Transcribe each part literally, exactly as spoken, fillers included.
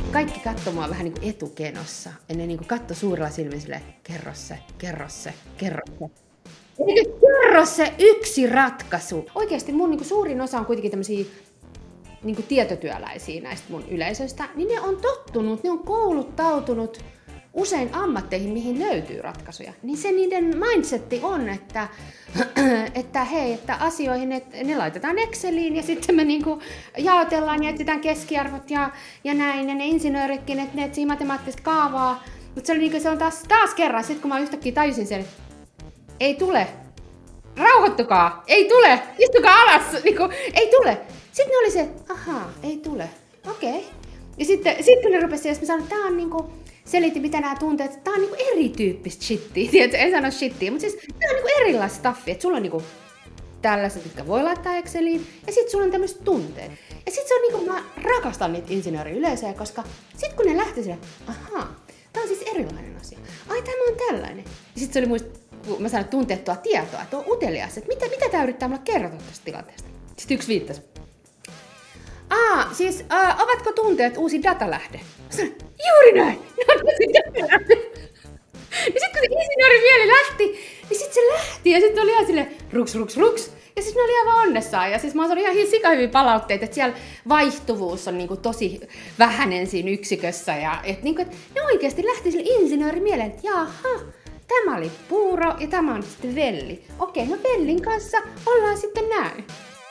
kaikki katsoi mua vähän niin kuin etukenossa. Ja ne niin kuin katsoi suurella silmin silleen, kerro se, kerro se, kerro se. Eikö kerro se yksi ratkaisu? Oikeasti mun niin kuin suurin osa on kuitenkin tämmöisiä niin kuin tietotyöläisiä näistä mun yleisöistä. Niin ne on tottunut, ne on kouluttautunut usein ammatteihin, mihin löytyy ratkaisuja. Niin se niiden mindsetti on, että, että hei, että asioihin, että ne laitetaan Exceliin ja sitten me niinku jaotellaan ja etsitään keskiarvot ja, ja näin. Ja ne insinööritkin, että ne etsii matemaattista kaavaa. Mutta se, niinku, se on taas, taas kerran, sitten kun mä yhtäkkiä tajusin sen, että ei tule. Rauhoittukaa, ei tule. Istukaa alas, niinku, ei tule. Sitten ne oli se, ahaa, ei tule. Okei. Okay. Ja sitten, sitten kun ne rupesi, jos mä sanoin, että tää on niinku, selitin mitä nämä tunteet, että tää on niinku erityyppistä shittiä. Tiedätkö, en sano shittiä, mutta siis tää on niinku erilaista staffia. Että sulla on niinku tällaiset, jotka voi laittaa Exceliin, ja sit sulla on tämmöiset tunteet. Ja sit se on niinku, mä rakastan niitä insinööriyleisöjä, koska sit kun ne lähti sille, ahaa, tää on siis erilainen asia. Ai tämä on tällainen. Ja sit se oli muista, kun mä sanoin, että tunteet tuo tietoa, että on utelias, että mitä, mitä tää yrittää mulle kertoa tästä tilanteesta. Sitten yksi viittasi. Aa, siis äh, ovatko tunteet uusi datalähde? Sanoin, juuri näin! Ne on uusi datalähde! Ja sitten kun se insinöörin mieli lähti, niin sitten se lähti ja sitten oli ihan silleen ruks, ruks, ruks. Ja siis ne oli aivan onnessaan. Ja siis mä oon saanut ihan sikahyviä palautteita, että siellä vaihtuvuus on niinku tosi vähäinen siinä yksikössä. Ja et niinku, et ne oikeasti lähti sille insinöörin mieleen, että jaha, tämä oli puuro ja tämä on sitten velli. Okei, no vellin kanssa ollaan sitten näin.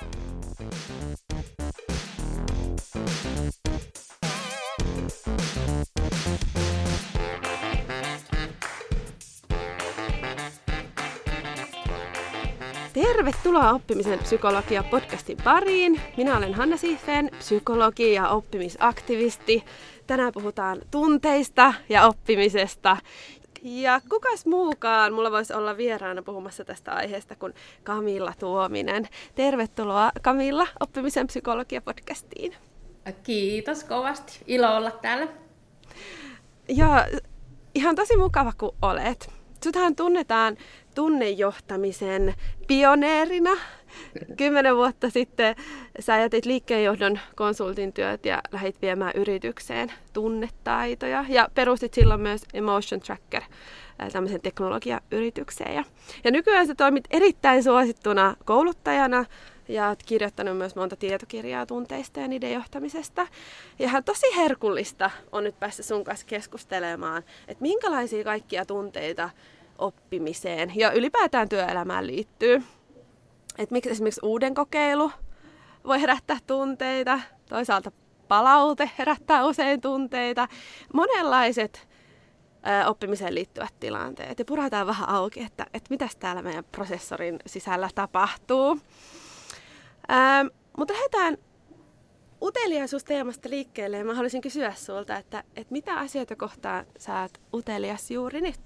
Tervetuloa Oppimisen psykologia podcastin pariin. Minä olen Hanna Siifen, psykologi ja oppimisaktivisti. Tänään puhutaan tunteista ja oppimisesta. Ja kukas muukaan mulla voisi olla vieraana puhumassa tästä aiheesta kuin Camilla Tuominen. Tervetuloa Camilla Oppimisen psykologia podcastiin. Kiitos kovasti. Ilo olla täällä. Ja ihan tosi mukava kun olet. Suthan tunnetaan tunnejohtamisen pioneerina. Kymmenen vuotta sitten sä jätit liikkeenjohdon konsultin työt ja lähdit viemään yritykseen tunnetaitoja. Ja perustit silloin myös Emotion Tracker, tämmöisen teknologiayritykseen. Ja, ja nykyään sä toimit erittäin suosittuna kouluttajana ja oot kirjoittanut myös monta tietokirjaa tunteista ja niiden johtamisesta. Ja ihan tosi herkullista on nyt päästä sun kanssa keskustelemaan, että minkälaisia kaikkia tunteita oppimiseen ja ylipäätään työelämään liittyy. Että miksi esimerkiksi uuden kokeilu voi herättää tunteita, toisaalta palaute herättää usein tunteita, monenlaiset ö, oppimiseen liittyvät tilanteet. Ja purataan vähän auki, että, että mitäs täällä meidän prosessorin sisällä tapahtuu. Ö, mutta lähdetään uteliaisuusteemasta liikkeelle ja mä haluaisin kysyä sulta, että, että mitä asioita kohtaan sä oot utelias juuri nyt?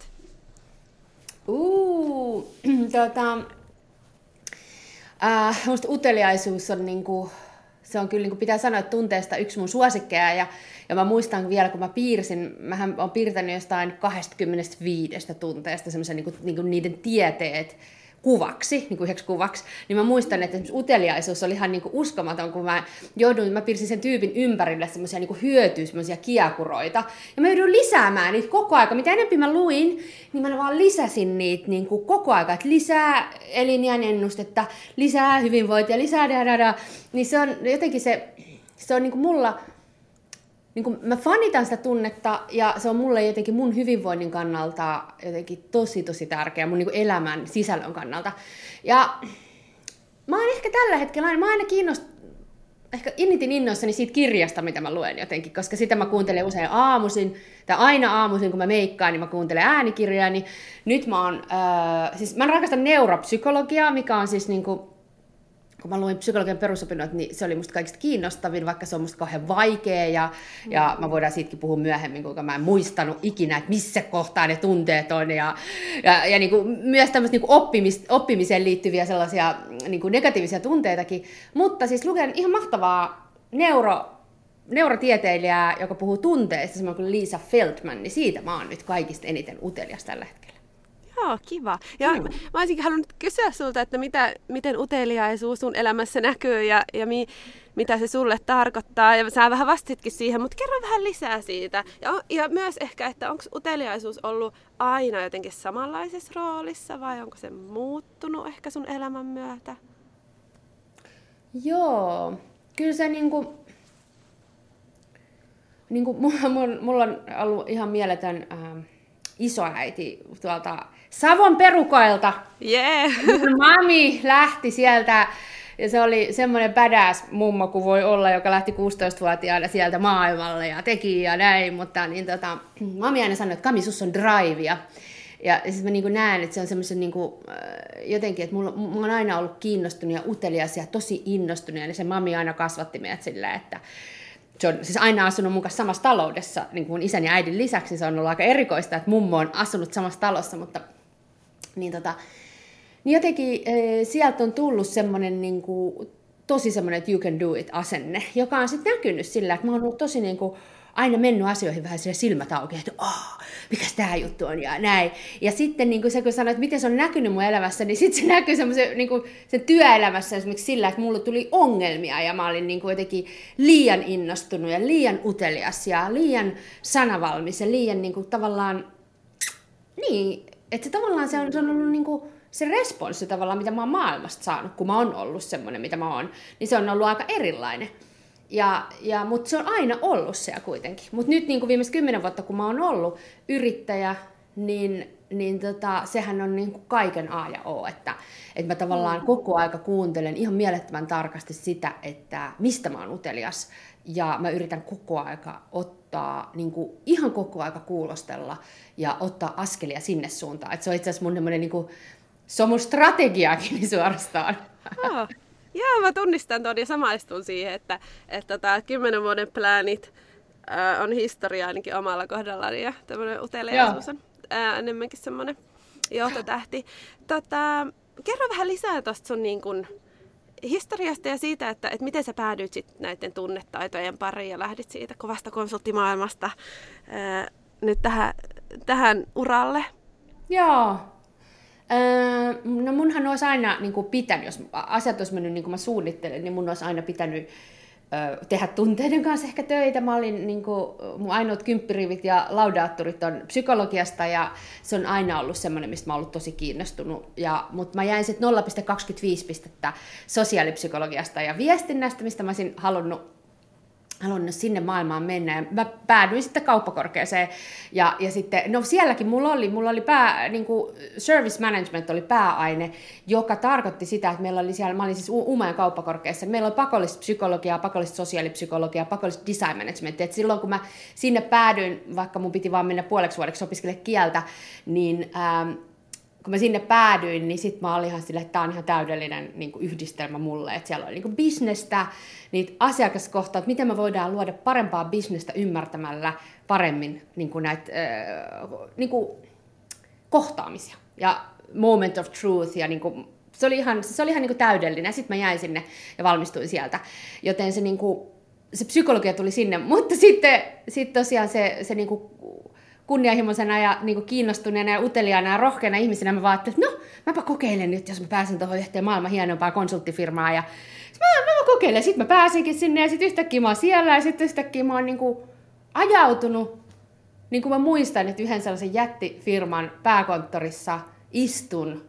Uh, tota, äh, musta uteliaisuus on niinku, se on kyllä niinku, pitää sanoa, että tunteesta yksi mun suosikkeja ja, ja mä muistan vielä, kun mä piirsin, mähän oon piirtänyt jostain kaksikymmentäviisi tunteesta semmoisen niinku, niinku niiden tieteet kuvaksi, niin kuin yhdeksi kuvaksi, niin mä muistan, että uteliaisuus oli ihan niin kuin uskomaton, kun mä jouduin, mä piirsin sen tyypin ympärille semmoisia niin kuin hyötyä, semmoisia kiekuroita, ja mä joudun lisäämään niitä koko aika. Mitä enemmän mä luin, niin mä vaan lisäsin niitä niin kuin koko aika, että lisää eliniän ennustetta, lisää hyvinvointia, lisää dadada, niin se on jotenkin se, se on niin kuin mulla, niin kuin mä fanitan sitä tunnetta ja se on mulle jotenkin mun hyvinvoinnin kannalta jotenkin tosi tosi tärkeä, mun niin kuin elämän sisällön kannalta. Ja mä oon ehkä tällä hetkellä, mä aina kiinnost, ehkä innitin innoissani siitä kirjasta, mitä mä luen jotenkin, koska sitä mä kuuntelen usein aamuisin, tai aina aamuisin, kun mä meikkaan, niin mä kuuntelen äänikirjaa, niin nyt mä oon, äh, siis mä rakastan neuropsykologiaa, mikä on siis niinku, kun mä luin psykologian perusopinnot, niin se oli musta kaikista kiinnostavin, vaikka se on musta kauhean vaikea, ja, mm. ja mä voidaan siitäkin puhua myöhemmin, kuinka mä en muistanut ikinä, että missä kohtaa ne tunteet on, ja, ja, ja niin kuin, myös tämmöistä niin oppimis, oppimiseen liittyviä sellaisia niin kuin negatiivisia tunteitakin, mutta siis luken ihan mahtavaa neuro, neurotieteilijää, joka puhuu tunteista, semmoinen kuin Lisa Feldman, niin siitä mä oon nyt kaikista eniten utelias tällä hetkellä. Joo, kiva. Ja Joo. mä, mä olisinkin halunnut kysyä sulta, että mitä, miten uteliaisuus sun elämässä näkyy ja, ja mi, mitä se sulle tarkoittaa. Ja sä vähän vastitkin siihen, mutta kerro vähän lisää siitä. Ja, ja myös ehkä, että onko uteliaisuus ollut aina jotenkin samanlaisessa roolissa vai onko se muuttunut ehkä sun elämän myötä? Joo, kyllä se niinku, niinku mulla, mulla on ollut ihan mieletön äh, isoäiti tuolta Savon perukoilta. Yeah. Mami lähti sieltä, ja se oli semmoinen badass mummo kuin voi olla, joka lähti kuusitoistavuotiaana sieltä maailmalle ja teki ja näin, mutta niin tota, mami aina sanoi, että Kami, sus on drivea. Ja siis mä niin näen, että se on semmoisen niin kuin, jotenkin, että mulla, mulla on aina ollut kiinnostunut ja utelias ja tosi innostunut, ja se mami aina kasvatti meidät silleen, että se on siis aina asunut mun kanssa samassa taloudessa, niin kuin isän ja äidin lisäksi, se on ollut aika erikoista, että mummo on asunut samassa talossa, mutta niin tota, niin jotenkin e, sieltä on tullut semmoinen niin kuin, tosi semmoinen, että you can do it -asenne, joka on sitten näkynyt sillä, että mä oon ollut tosi niin kuin, aina mennyt asioihin vähän sille silmät auki, että oh, mikäs tää juttu on ja näin. Ja sitten niin kuin se, kun sanoit, että miten se on näkynyt mun elämässä, niin sitten se näkyy semmoisen niin kuin sen työelämässä esimerkiksi sillä, että mulla tuli ongelmia ja mä olin niin kuin jotenkin liian innostunut ja liian utelias ja liian sanavalmis ja liian niin kuin tavallaan, niin, että se tavallaan se on, se on ollut niin kuin se responssi tavallaan, mitä mä oon maailmasta saanut, kun mä oon ollut semmoinen, mitä mä oon, niin se on ollut aika erilainen. Ja, ja, mutta se on aina ollut siellä kuitenkin. Mutta nyt niin kuin viimeiset kymmenen vuotta, kun mä oon ollut yrittäjä, niin, niin tota, sehän on niin kuin kaiken A ja O. Että, että mä tavallaan koko aika kuuntelen ihan mielettömän tarkasti sitä, että mistä mä oon utelias. Ja mä yritän koko aika ottaa, niin kuin ihan koko aika kuulostella ja ottaa askelia sinne suuntaan. Että se on itse asiassa mun, niin kuin, se on mun strategiakin niin suorastaan. Oh. Joo, mä tunnistan tuon ja samaistun siihen, että, että tota, kymmenen vuoden pläänit ää, on historia ainakin omalla kohdallani ja tämmöinen uteliaisuus on ää, enemmänkin semmoinen johtotähti. Tota, kerro vähän lisää tuosta sun niin kun, historiasta ja siitä, että, että miten sä päädyit sit näiden tunnetaitojen pariin ja lähdit siitä kovasta konsulttimaailmasta ää, nyt tähän, tähän uralle. Joo. Öö, no munhan olisi aina niin kuin pitänyt, jos asiat olisi mennyt niin kuin mä suunnittelen, niin mun olisi aina pitänyt ö, tehdä tunteiden kanssa ehkä töitä. Mä olin, niin kuin, mun ainoat kymppirivit ja laudaattorit on psykologiasta ja se on aina ollut semmoinen, mistä mä oon ollut tosi kiinnostunut. Ja, mutta mä jäin sitten nolla pilkku kaksikymmentäviisi pistettä sosiaalipsykologiasta ja viestinnästä, mistä mä olisin halunnut halunnut sinne maailmaan mennä, ja mä päädyin sitten kauppakorkeaseen, ja, ja sitten, no sielläkin mulla oli, mulla oli pää, niin kuin service management oli pääaine, joka tarkoitti sitä, että meillä oli siellä, mä olin siis Uumajan kauppakorkeassa, meillä oli pakollista psykologiaa, pakollista sosiaalipsykologiaa, pakollista design managementia, että silloin kun mä sinne päädyin, vaikka mun piti vaan mennä puoleksi vuodeksi opiskelemaan kieltä, niin ähm, kun mä sinne päädyin, niin sit mä olin ihan silleen, että tää on ihan täydellinen niin kuin yhdistelmä mulle, että siellä oli niin kuin bisnestä, niitä asiakaskohtaa, että miten me voidaan luoda parempaa bisnestä ymmärtämällä paremmin niin kuin näitä äh, niin kuin kohtaamisia ja moment of truth ja niin kuin, se oli ihan, se oli ihan niin kuin täydellinen ja sitten mä jäin sinne ja valmistuin sieltä, joten se, niin kuin, se psykologia tuli sinne, mutta sitten sit tosiaan se, se niin kuin kunnianhimoisena ja niin kuin kiinnostuneena ja uteliaana ja rohkeana ihmisenä mä vaan ajattelin, että no, mäpä kokeilen nyt, jos mä pääsen tuohon yhteen maailman hienompaa konsulttifirmaa. Ja mä, mä kokeilen, sitten mä pääsinkin sinne ja sitten yhtäkkiä mä oon siellä ja sitten yhtäkkiä mä oon niin kuin ajautunut, niin kuin mä muistan, että yhden sellaisen jättifirman pääkonttorissa istun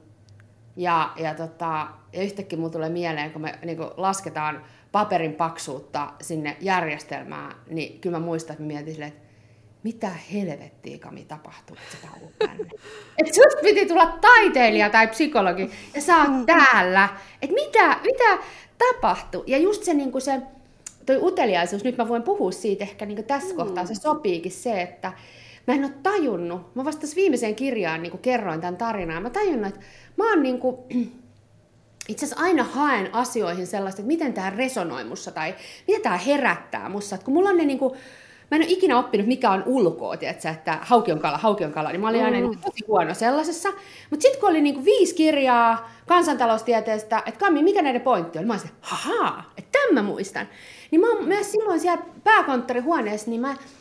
ja, ja, tota, ja yhtäkkiä mulla tulee mieleen, kun me niin kuin lasketaan paperin paksuutta sinne järjestelmään, niin kyllä mä muistan, että mä mietin silleen, että mitä helvettiä, Kami, tapahtuu, että sä päädyt tänne? Että susta piti tulla taiteilija tai psykologi, ja sä oot täällä. Että mitä, mitä tapahtuu? Ja just se, niin se toi uteliaisuus, nyt mä voin puhua siitä ehkä niin tässä mm. kohtaa, se sopiikin se, että mä en ole tajunnut, mä vasta tässä viimeiseen kirjaan niin kerroin tämän tarinan, mä tajunnut, että mä oon niin kuin, itse asiassa aina haen asioihin sellaista, että miten tämä resonoi mussa, tai mitä tämä herättää mussa, että kun mulla on ne niin kuin, mä en ole ikinä oppinut, mikä on ulkoa, tiiätkö, että hauki on kala, hauki on kala, niin mä olin aina mm. niin tosi huono sellaisessa. Mutta sitten kun oli niin kuin viisi kirjaa kansantaloustieteestä, että Kami, mikä näiden pointti on? Mä olisin, haha, että tämän mä muistan. Niin mä oon myös silloin siellä pääkonttorihuoneessa, niin mä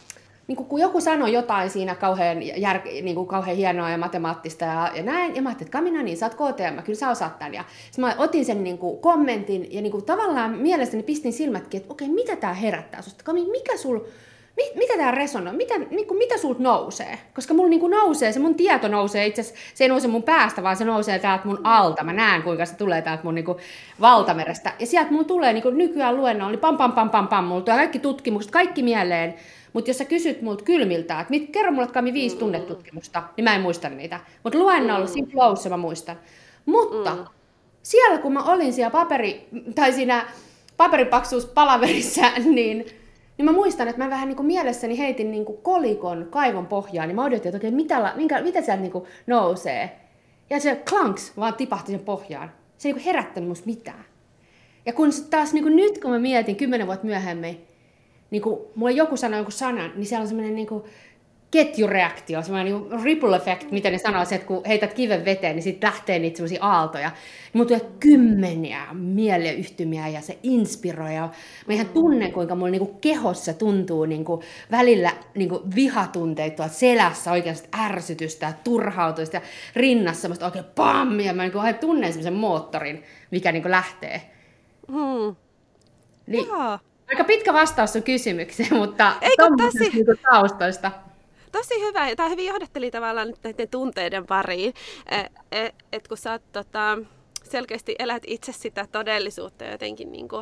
niin kun joku sanoi jotain siinä kauhean, jär, niin kuin kauhean hienoa ja matemaattista ja, ja näin, ja mä ajattelin, että Kamina, niin sä oot K T M, kyllä sä osaat tämän. Ja mä otin sen niin kuin kommentin ja niin kuin tavallaan mielestäni pistin silmätkin, että okei, mitä tää herättää susta? Kami, mikä sul, mit, mitä tää resonoi? Mitä, niin kuin, mitä sulta nousee? Koska mulla niin kuin nousee, se mun tieto nousee, itse asiassa se ei nouse mun päästä, vaan se nousee täältä mun alta. Mä näen, kuinka se tulee täältä mun niin kuin valtamerestä. Ja sieltä mulla tulee niin kuin nykyään luennolla, niin pam pam pam pam pam, mulla tulee kaikki tutkimukset, kaikki mieleen. Mutta jos sä kysyt multa kylmiltä, että mit, kerro mulle Kami viisi tunnetutkimusta, niin mä en muista niitä. Mutta luennolla, siinä flowssa mä muistan. Mutta mm. siellä kun mä olin siellä paperi, tai siinä paperipaksuuspalaverissa, niin, niin mä muistan, että mä vähän niin kuin mielessäni heitin niin kuin kolikon kaivon pohjaan, niin mä odotin, että okei, mitä, minkä, mitä sieltä niin kuin nousee. Ja se klanks vaan tipahti sen pohjaan. Se ei niin kuin herättänyt musta mitään. Ja kun taas niin kuin nyt, kun mä mietin kymmenen vuotta myöhemmin, niin kun mulle joku sanoo jonkun sanan, niin siellä on semmoinen niin kuin ketjureaktio, semmoinen niin kuin ripple effect, miten ne sanoo, että kun heität kiven veteen, niin siitä lähtee niitä semmoisia aaltoja. Niin mulla tulee kymmeniä mieleyhtymiä ja se inspiroi. Ja mä ihan tunnen, kuinka mulla niin kuin kehossa tuntuu niin kuin välillä niin kuin vihatunteita tuolta selässä, oikeasti ärsytystä ja turhautuista ja rinnassa semmoista oikein pammia. Mä niin kuin tunnen semmoisen moottorin, mikä niin kuin lähtee. Hmm. Niin. Aika pitkä vastaus sun kysymykseen, mutta tosi niinku taustoista. Tosi hyvä. Tämä hyvin johdatteli tavallaan nyt näiden tunteiden pariin. Että et kun sä oot, tota, selkeästi elät itse sitä todellisuutta jotenkin, niinku,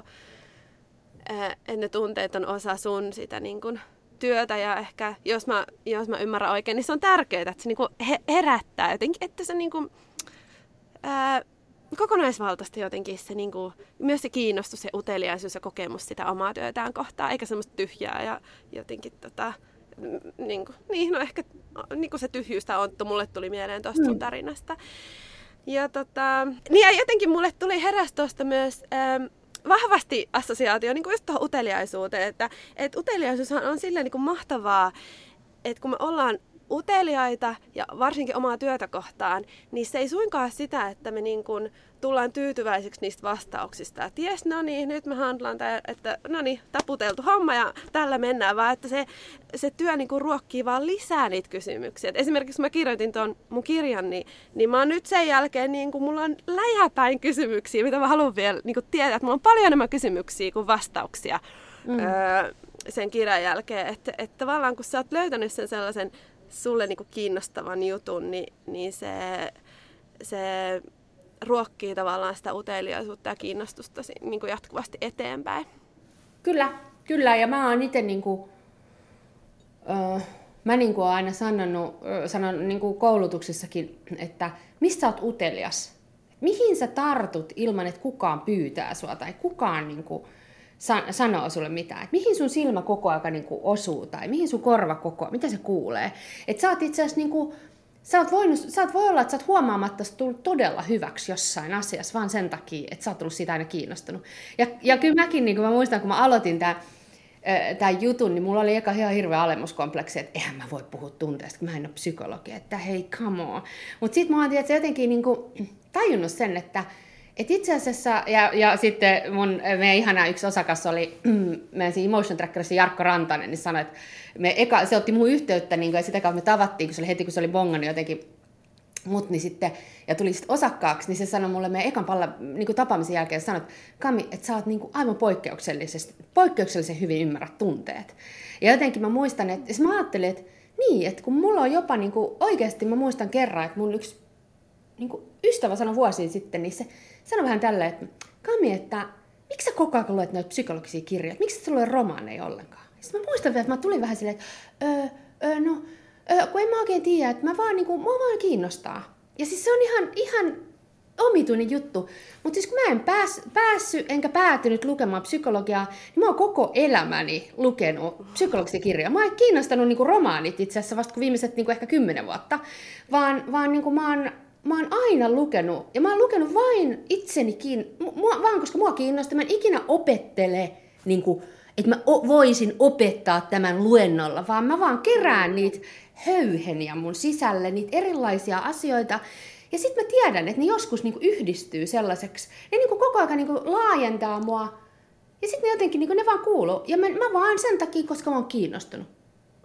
että ne tunteet on osa sun sitä niinku, työtä. Ja ehkä, jos mä, jos mä ymmärrän oikein, niin se on tärkeää, että se niinku, herättää jotenkin, että se niinku, ää, kokonaisvaltaisesti jotenkin se, niin kuin, myös se kiinnostus ja uteliaisuus ja kokemus sitä omaa työtään kohtaan, eikä semmoista tyhjää ja jotenkin tota, niin, kuin, niin no ehkä niin kuin se tyhjyys tai ontto mulle tuli mieleen tuosta sun tarinasta. Ja, tota, niin ja jotenkin mulle tuli heräs tuosta myös ähm, vahvasti assosiaatio niin kuin just tuohon uteliaisuuteen, että et uteliaisuus on silleen niin kuin mahtavaa, että kun me ollaan uteliaita ja varsinkin omaa työtä kohtaan, niin se ei suinkaan sitä, että me niin kuin tullaan tyytyväiseksi niistä vastauksista. Että jes, no niin, nyt me handlaan tämä, että no niin, taputeltu homma ja tällä mennään, vaan että se, se työ niin kuin ruokkii vaan lisää niitä kysymyksiä. Et esimerkiksi kun mä kirjoitin tuon mun kirjan, niin, niin mä oon nyt sen jälkeen, niin kuin mulla on läjäpäin kysymyksiä, mitä mä haluan vielä niin kuin tietää, että mulla on paljon enemmän kysymyksiä kuin vastauksia mm. öö, sen kirjan jälkeen. Että, että tavallaan kun sä oot löytänyt sen sellaisen sulle niinku kiinnostavan jutun, niin, niin se, se ruokkii tavallaan sitä uteliaisuutta ja kiinnostusta niinku jatkuvasti eteenpäin. Kyllä, kyllä. Ja mä oon itse niinku, äh, mä niinku oon aina sanonut, äh, sanon niinku koulutuksissakin, että missä oot utelias? Mihin sä tartut ilman, että kukaan pyytää sua tai kukaan niinku sanoo sulle mitään, että mihin sun silmä koko ajan niin kuin osuu tai mihin sun korva koko ajan, mitä se kuulee. Että sä oot itse asiassa, niin kuin, sä, oot voinut, sä oot voi olla, että sä oot huomaamatta tullut todella hyväksi jossain asiassa, vaan sen takia, että sä oot tullut siitä aina kiinnostunut. Ja, ja kyllä mäkin, niin kuin mä muistan, kun mä aloitin tämän, tämän jutun, niin mulla oli eka ihan hirveä alemuskompleksi, että eihän mä voi puhua tunteista, kun mä en ole psykologi, että hei, come on. Mutta sit mä oon tietysti jotenkin niin kuin tajunnut sen, että Et itse asiassa, ja, ja sitten mun, meidän ihana yksi osakas oli, meidän Emotion Trackerissa Jarkko Rantanen, niin sanoi, että me eka, se otti muun yhteyttä, niin kuin, ja sitä kautta me tavattiin, kun se oli heti, kun se oli bongannut jotenkin mut, niin sitten, ja tuli sitten osakkaaksi, niin se sanoi mulle meidän ekan palla, niin kuin tapaamisen jälkeen, sanoi, että Kami, että sä oot niin kuin aivan poikkeuksellisesti, poikkeuksellisen hyvin ymmärrät tunteet. Ja jotenkin mä muistan, että mä ajattelin, että niin, että kun mulla on jopa niin kuin, oikeasti, mä muistan kerran, että mun yksi niin kuin ystävä sanoi vuosia sitten, niin se sanoi vähän tälleen, että Kami, että miksi sä koko ajan luet noita psykologisia kirjoja, miksi et sä lue romaaneja ollenkaan? Sitten mä muistan vielä, että mä tulin vähän silleen, että öö, öö, no, öö, kun en mä oikein tiedä, että mä vaan, niin kuin, mua vaan kiinnostaa. Ja siis se on ihan, ihan omituinen juttu. Mutta siis kun mä en pääs, päässyt enkä päätynyt lukemaan psykologiaa, niin mä oon koko elämäni lukenut psykologisia kirjoja. Mä oon kiinnostanut niin kuin romaanit itse asiassa vasta kuin viimeiset niin kuin ehkä kymmenen vuotta, vaan, vaan niin kuin mä oon Mä oon aina lukenut, ja mä oon lukenut vain itseni, mua, vaan koska mua kiinnostaa, mä en ikinä opettele, niin kuin, että mä o, voisin opettaa tämän luennolla, vaan mä vaan kerään niitä höyheniä mun sisälle, niitä erilaisia asioita, ja sitten mä tiedän, että ne joskus niin kuin yhdistyy sellaiseksi, ne niin kuin koko ajan niin kuin laajentaa mua, ja sitten ne jotenkin, niin kuin ne vaan kuuluu, ja mä, mä vaan sen takia, koska mä oon kiinnostunut.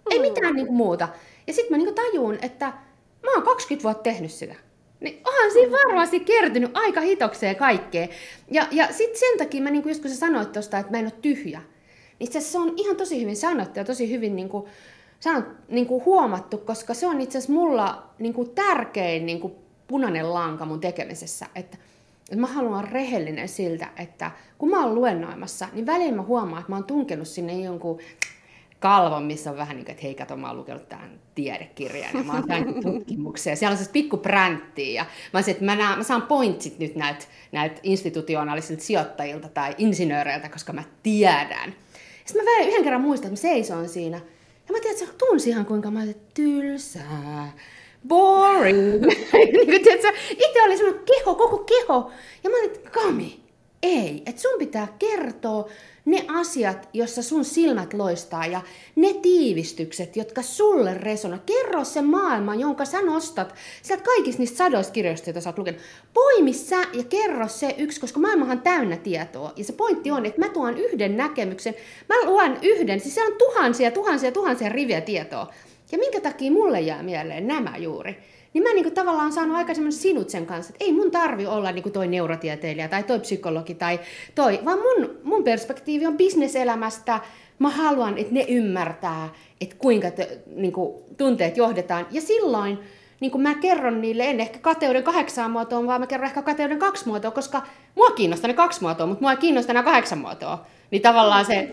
Ei mitään niinku muuta. Ja sitten mä niinku tajuun, että mä oon kaksikymmentä vuotta tehnyt sitä. Niin onhan siinä varmasti kertynyt aika hitokseen kaikkea. Ja, ja sitten sen takia mä, niinku, just kun sä sanoit tosta, että mä en ole tyhjä, niin itse asiassa se on ihan tosi hyvin sanottu ja tosi hyvin niinku, sanot, niinku, huomattu, koska se on itse asiassa mulla niinku, tärkein niinku, punainen lanka mun tekemisessä. Että, että mä haluan olla rehellinen siltä, että kun mä oon luennoimassa, niin välillä mä huomaan, että mä oon tunkenut sinne jonkun kalvon, missä on vähän niin kuin, että hei kato, mä oon lukenut tämän tiedekirjan ja mä oon tämän tutkimuksen. Ja siellä on siis pikku bränttiä. Ja mä olisin, että mä, näen, mä saan pointsit nyt näiltä, näiltä institutionaalisilta sijoittajilta tai insinööreiltä, koska mä tiedän. Sitten mä yhden kerran muistan, että mä seison siinä. Ja mä tiedän, että se tunsi ihan kuinka mä olin, että tylsää, boring. niin tiedätkö, itse oli semmoinen keho, koko keho. Ja mä olin, että Kami, ei. Että sun pitää kertoa ne asiat, jossa sun silmät loistaa ja ne tiivistykset, jotka sulle resonoi. Kerro se maailma, jonka sä nostat sieltä kaikista niistä sadoista kirjoista, joita sä oot lukenut. Poimi sä ja kerro se yksi, koska maailmahan on täynnä tietoa. Ja se pointti on, että mä tuon yhden näkemyksen. Mä luen yhden, siis se on tuhansia, tuhansia, tuhansia riviä tietoa. Ja minkä takia mulle jää mieleen nämä juuri? Niin mä niinku tavallaan oon saanut aika semmoinen sinut sen kanssa, että ei mun tarvi olla niinku toi neurotieteilijä tai toi psykologi tai toi, vaan mun, mun perspektiivi on bisneselämästä. Mä haluan, että ne ymmärtää, että kuinka te, niinku, tunteet johdetaan. Ja silloin niinku mä kerron niille, en ehkä kateuden kahdeksaan muotoon, vaan mä kerron ehkä kateuden kaksi muotoa, koska mua kiinnostaa ne kaksi muotoa, mutta mua ei kiinnosta nämä kahdeksan muotoa. Niin tavallaan se...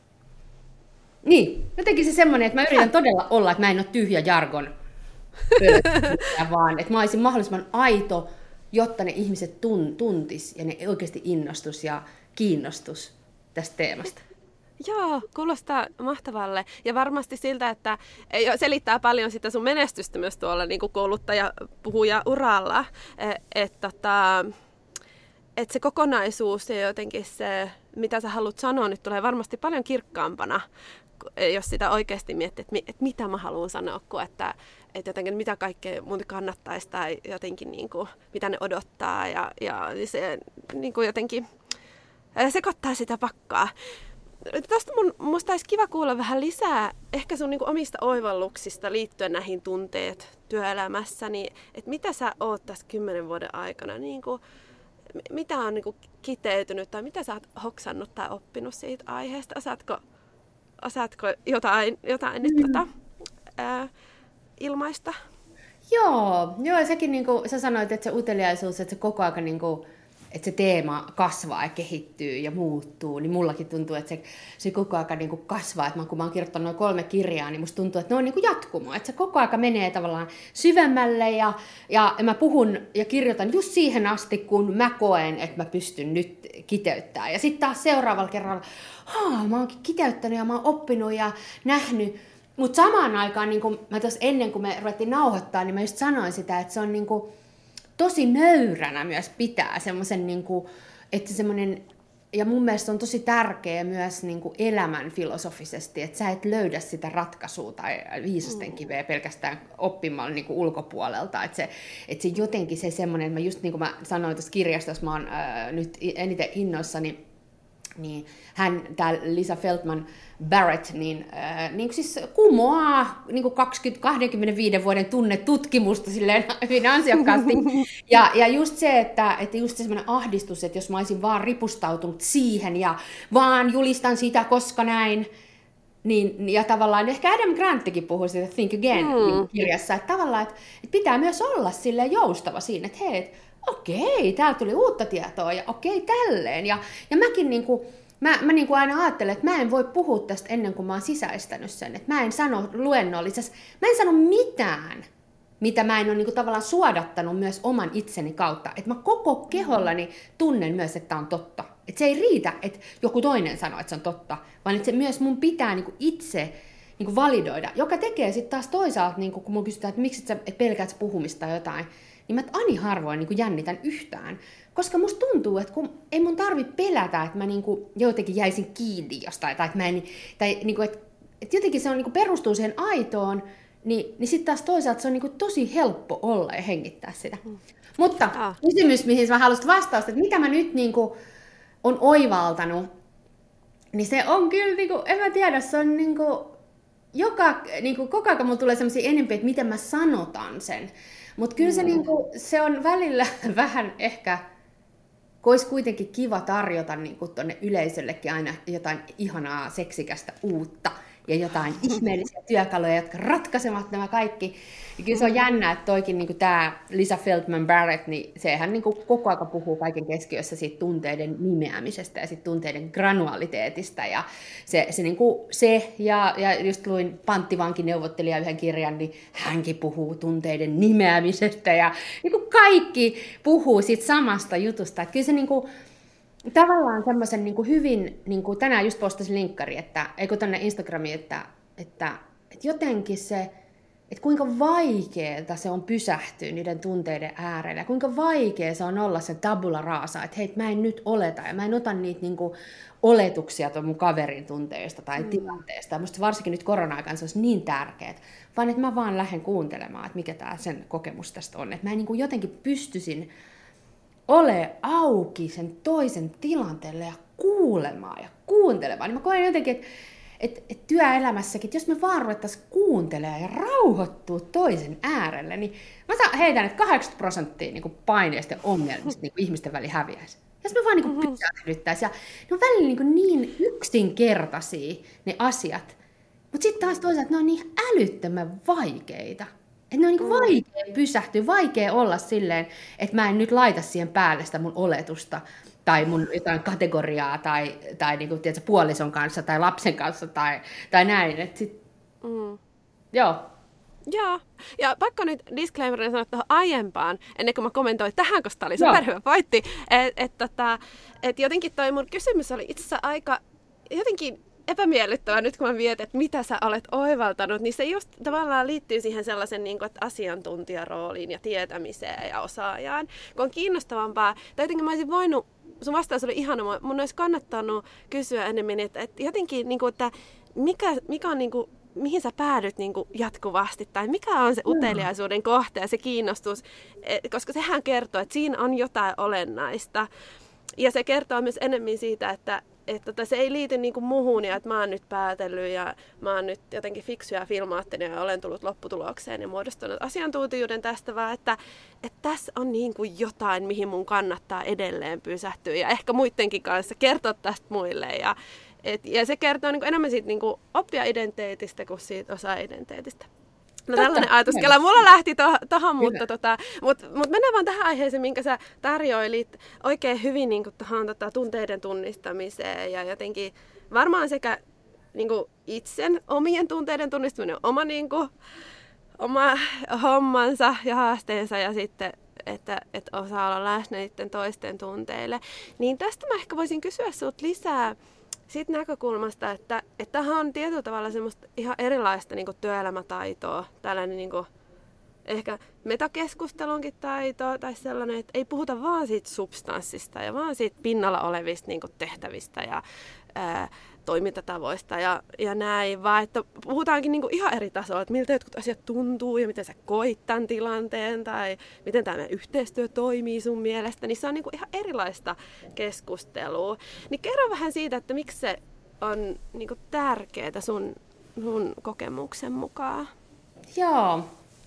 Niin, jotenkin se semmoinen, että mä yritän todella olla, että mä en ole tyhjä jargon. vaan että mä olisin mahdollisimman aito, jotta ne ihmiset tun, tuntis ja ne oikeasti innostus ja kiinnostus tästä teemasta. Joo, kuulostaa mahtavalle. Ja varmasti siltä, että selittää paljon sitä sun menestystä myös tuolla niin kuin kouluttaja-puhuja-uralla. Että et, et se kokonaisuus ja jotenkin se, mitä sä haluat sanoa, nyt tulee varmasti paljon kirkkaampana, jos sitä oikeasti miettii, että, että mitä mä haluan sanoa, kun että, että jotenkin mitä kaikkea mun kannattaisi tai jotenkin niin kuin, mitä ne odottaa ja, ja se niin kuin jotenkin sekoittaa sitä pakkaa. Tästä mun, musta olisi kiva kuulla vähän lisää ehkä sun niin kuin omista oivalluksista liittyen näihin tunteet työelämässä, niin että mitä sä oot tässä kymmenen vuoden aikana, niin kuin, mitä on niin kuin kiteytynyt tai mitä sä oot hoksannut tai oppinut siitä aiheesta, osaatko Osaatko jotain, jotain nyt tota, ää, ilmaista? Joo, joo, sekin niin kuin sä sanoit, että se uteliaisuus, että se koko ajan niin kuin, että se teema kasvaa ja kehittyy ja muuttuu, niin mullakin tuntuu, että se, se koko ajan niin kuin kasvaa. Että kun mä oon kirjoittanut noin kolme kirjaa, niin musta tuntuu, että ne on niin kuin jatkumo. Että se koko ajan menee tavallaan syvemmälle ja, ja mä puhun ja kirjoitan just siihen asti, kun mä koen, että mä pystyn nyt kiteyttämään. Ja sitten taas seuraavalla kerralla, haa, mä oonkin kiteyttänyt ja mä oon oppinut ja nähnyt. Mutta samaan aikaan, niin kun mä tuossa ennen kuin me ruvettiin nauhoittaa, niin mä just sanoin sitä, että se on niin kuin tosi nöyränä myös pitää semmoisen, niin kuin, että semmoinen, ja mun mielestä se on tosi tärkeä myös niin kuin elämän filosofisesti, että sä et löydä sitä ratkaisua tai viisasten kiveä pelkästään oppimalla niin kuin ulkopuolelta, että se, että se jotenkin se semmoinen, että mä just niin kuin mä sanoin tuossa kirjasta, jos mä oon ää, nyt eniten innoissani, niin hän, tää Lisa Feldman Barrett, niin, äh, niin siis kumoaa niin kaksikymmentä kaksikymmentäviisi vuoden tunnetutkimusta silleen hyvin ansiokkaasti. Ja, ja just se, että, että just se semmoinen ahdistus, että jos mä olisin vaan ripustautunut siihen ja vaan julistan sitä, koska näin, niin, ja tavallaan ehkä Adam Granttikin puhui siitä Think Again mm. kirjassa, että tavallaan, että, että pitää myös olla silleen joustava siinä, että hei, että okei, täällä tuli uutta tietoa ja okei, tälleen. Ja, ja mäkin niin kuin, mä, mä niin kuin aina ajattelen, että mä en voi puhua tästä ennen kuin mä oon sisäistänyt sen. Että mä en sano luennollisessa, mä en sano mitään, mitä mä en ole niin kuin tavallaan suodattanut myös oman itseni kautta. Että mä koko kehollani tunnen myös, että tämä on totta. Että se ei riitä, että joku toinen sanoo, että se on totta, vaan että se myös mun pitää niin kuin itse niin kuin validoida, joka tekee sitten taas toisaalta, niin kuin, kun mun kysytään, että miksi et sä et pelkäät puhumista tai jotain, niin mä ani harvoin niin kuin jännitän yhtään. Koska musta tuntuu, että kun ei mun tarvi pelätä, että mä niin kuin jotenkin jäisin kiinni jostain, tai että, mä en, tai niin kuin, että, että jotenkin se on, niin kuin perustuu siihen aitoon, niin, niin sitten taas toisaalta se on niin kuin tosi helppo olla ja hengittää sitä. Mm. Mutta ah. kysymys, mihin mä haluaisin vastausta, että mitä mä nyt niin kuin on oivaltanut, niin se on kyllä, niin kuin, en mä tiedä, se on niin kuin, joka, niin kuin, koko ajan mulla tulee sellaisia enemmän, että miten mä sanotan sen. Mutta kyllä se, mm. niin kuin, se on välillä vähän ehkä, kun olisi kuitenkin kiva tarjota niin kuin tuonne yleisöllekin aina jotain ihanaa, seksikästä, uutta ja jotain ihmeellisiä työkaluja, jotka ratkaisevat nämä kaikki. Ja kyllä se on jännä, että toikin niin kuin tämä Lisa Feldman Barrett, niin sehän niin kuin koko ajan puhuu kaiken keskiössä siitä tunteiden nimeämisestä ja siitä tunteiden granualiteetista. Ja se, se, niin kuin se ja, ja just luin panttivankineuvottelija yhden kirjan, niin hänkin puhuu tunteiden nimeämisestä ja niin kuin kaikki puhuu siitä samasta jutusta. Että kyllä se niin kuin, tavallaan semmoisen niin kuin hyvin, niin kuin tänään just postasin linkkari, että, eikö tänne Instagramiin, että, että, että jotenkin se, että kuinka vaikeaa se on pysähtyä niiden tunteiden äärelle, ja kuinka vaikeaa se on olla se tabula rasa, että hei, mä en nyt oleta, ja mä en ota niitä niin kuin oletuksia tuon mun kaverin tunteista tai mm. tilanteesta. Musta varsinkin nyt korona-aikana se olisi niin tärkeää, vaan että mä vaan lähden kuuntelemaan, että mikä tää sen kokemus tästä on. Että mä en niin kuin jotenkin pystyisin ole auki sen toisen tilanteelle ja kuulemaan ja kuuntelemaan. Niin mä koen jotenkin, että et, et työelämässäkin, että jos me vaan ruvettaisiin kuuntelemaan ja rauhoittua toisen äärelle, niin mä heitän, että kahdeksankymmentä prosenttia niin paineista ja ongelmista niin ihmisten väliin häviäisi. Jos me vaan niin mm-hmm. pysähdyttäisiin. Ja ne on välillä niin, niin yksinkertaisia ne asiat, mutta sitten taas toisaalta ne on niin älyttömän vaikeita. Että ne on niin vaikea pysähtyä, vaikea olla silleen, että mä en nyt laita siihen päälle sitä mun oletusta tai mun jotain kategoriaa tai, tai niin kuin, tiedätkö, puolison kanssa tai lapsen kanssa tai, tai näin. Et sit, mm. Joo. Joo. Ja pakko nyt disclaimerina sanoa tuohon aiempaan, ennen kuin mä kommentoin tähän, koska tämä oli superhyvä pointti, että et, tota, et jotenkin toi mun kysymys oli itse asiassa aika jotenkin epämiellyttävää nyt, kun mä mietin, että mitä sä olet oivaltanut, niin se just tavallaan liittyy siihen sellaisen niin kuin, että asiantuntijarooliin ja tietämiseen ja osaajaan. Kun on kiinnostavampaa, tai jotenkin mä olisin voinut, sun vastaus oli ihana, mun olisi kannattanut kysyä enemmän, että, että jotenkin, niin kuin, että mikä, mikä on, niin kuin, mihin sä päädyt niin kuin jatkuvasti, tai mikä on se uteliaisuuden kohta ja se kiinnostus, koska sehän kertoo, että siinä on jotain olennaista. Ja se kertoo myös enemmän siitä, että että se ei liity niinku muhun ja että mä oon nyt päätellyt ja mä oon nyt jotenkin fiksu ja filmaattinen ja olen tullut lopputulokseen ja muodostunut asiantuntijuuden tästä, vaan että, että tässä on niinku jotain, mihin mun kannattaa edelleen pysähtyä ja ehkä muidenkin kanssa kertoa tästä muille. Ja, et, ja se kertoo niinku enemmän siitä niinku oppija-identiteetistä kuin siitä osa-identiteetistä. No tällainen ajatuskela. Mulla lähti tuohon, mutta tota, mut, mut mennään vaan tähän aiheeseen, minkä sä tarjoilit oikein hyvin niin tuohon tota, tunteiden tunnistamiseen ja jotenkin varmaan sekä niin kuin itsen omien tunteiden tunnistaminen, oma, niin kuin, oma hommansa ja haasteensa ja sitten, että, että osaa olla läsnä niiden toisten tunteille. Niin tästä mä ehkä voisin kysyä sut lisää siitä näkökulmasta, että tämähän on tietyllä tavalla semmoista ihan erilaista niin kuin työelämätaitoa, tällainen niin kuin, ehkä metakeskustelunkin taito tai sellainen, että ei puhuta vaan siitä substanssista ja vaan siitä pinnalla olevista niin kuin tehtävistä ja ää, toimintatavoista ja, ja näin, vaan että puhutaankin niin kuin ihan eri tasolla, että miltä jotkut asiat tuntuu ja miten sä koit tämän tilanteen tai miten tämä yhteistyö toimii sun mielestä, niin se on niin kuin ihan erilaista keskustelua. Niin kerro vähän siitä, että miksi se on niin kuin tärkeää sun, sun kokemuksen mukaan. Joo.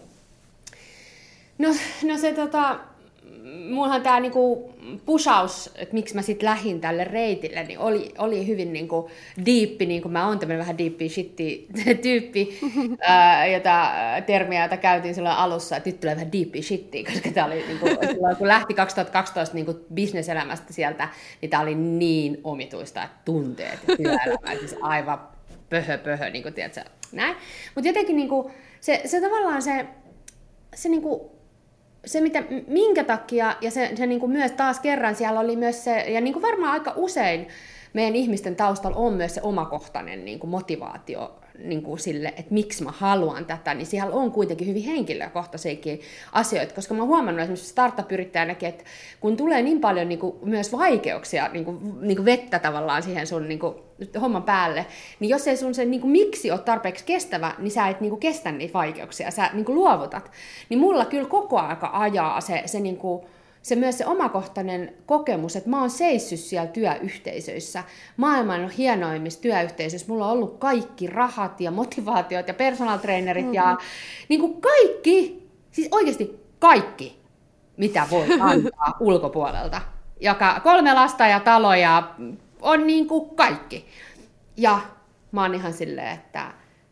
No, no se tota, mullahan tää niinku pushaus, että miksi mä sit lähdin tälle reitille, niin oli, oli hyvin niinku diippi, niin kuin mä oon tämmönen vähän diippi shitti tyyppi, ää, jota termiä, jota käytiin silloin alussa, että nyt tulee vähän diippi shitti, koska tää oli niinku, silloin, kun lähti kaksituhattakaksitoista niinku bisneselämästä sieltä, niin tää oli niin omituista, että tunteet ja työelämä, siis aivan pöhö pöhö, niin kuin tiedätkö, näin. Mutta jotenkin niinku, se, se tavallaan se, se niinku, se, mitä, minkä takia, ja se, se niin kuin myös taas kerran siellä oli myös se, ja niin kuin varmaan aika usein meidän ihmisten taustalla on myös se omakohtainen niin kuin motivaatio niin kuin sille, että miksi mä haluan tätä, niin siellä on kuitenkin hyvin henkilökohtaisiakin asioita, koska mä oon huomannut esimerkiksi startup-yrittäjänäkin, että kun tulee niin paljon niin kuin myös vaikeuksia, niin kuin, niin kuin vettä tavallaan siihen sun niin kuin homman päälle, niin jos ei sun se niin kuin, miksi ole tarpeeksi kestävä, niin sä et niin kuin, kestä niitä vaikeuksia, sä niin kuin, luovutat. Niin mulla kyllä koko aika ajaa se, se niin kuin, se myös se omakohtainen kokemus, että mä oon seissyt siellä työyhteisöissä, maailman hienoimmissa työyhteisöissä, mulla on ollut kaikki rahat ja motivaatiot ja personal trainerit mm-hmm. ja niin kuin kaikki, siis oikeasti kaikki, mitä voi antaa ulkopuolelta. Joka kolme lasta ja taloja on niin kuin kaikki. Ja mä oon ihan silleen, että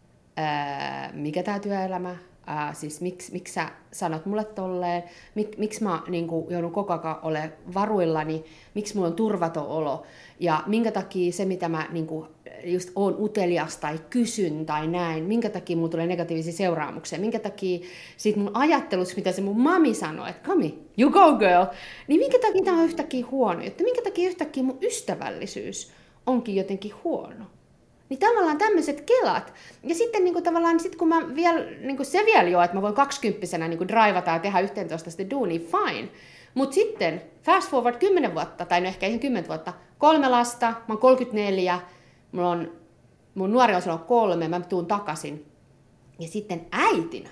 ää, mikä tää työelämä, ää, siis miksi miksi sä sanot mulle tolleen, mik, miksi mä niin kuin joudun koko ajan olemaan varuillani, miksi mulla on turvaton olo, ja minkä takia se, mitä mä niin kuin just oon utelias tai kysyn tai näin, minkä takia mulla tulee negatiivisia seuraamuksia, minkä takia siitä mun ajattelussa, mitä se mun mami sanoi, että come, you go girl, niin minkä takia tämä on yhtäkkiä huono, että minkä takia yhtäkkiä mun ystävällisyys onkin jotenkin huono. Niin tavallaan tämmöiset kelat. Ja sitten niin kuin, tavallaan, sit kun mä vielä, niin kuin se vielä jo, että mä voin kaksikymppisenä niin kuin drivata ja tehdä yhteentoista sitä duunia, fine. Mutta sitten fast forward kymmenen vuotta, tai no ehkä ihan kymmenen vuotta, kolme lasta, mä oon kolmekymmentäneljä, mulla on, mun nuori on silloin kolme, mä tuun takaisin. Ja sitten äitinä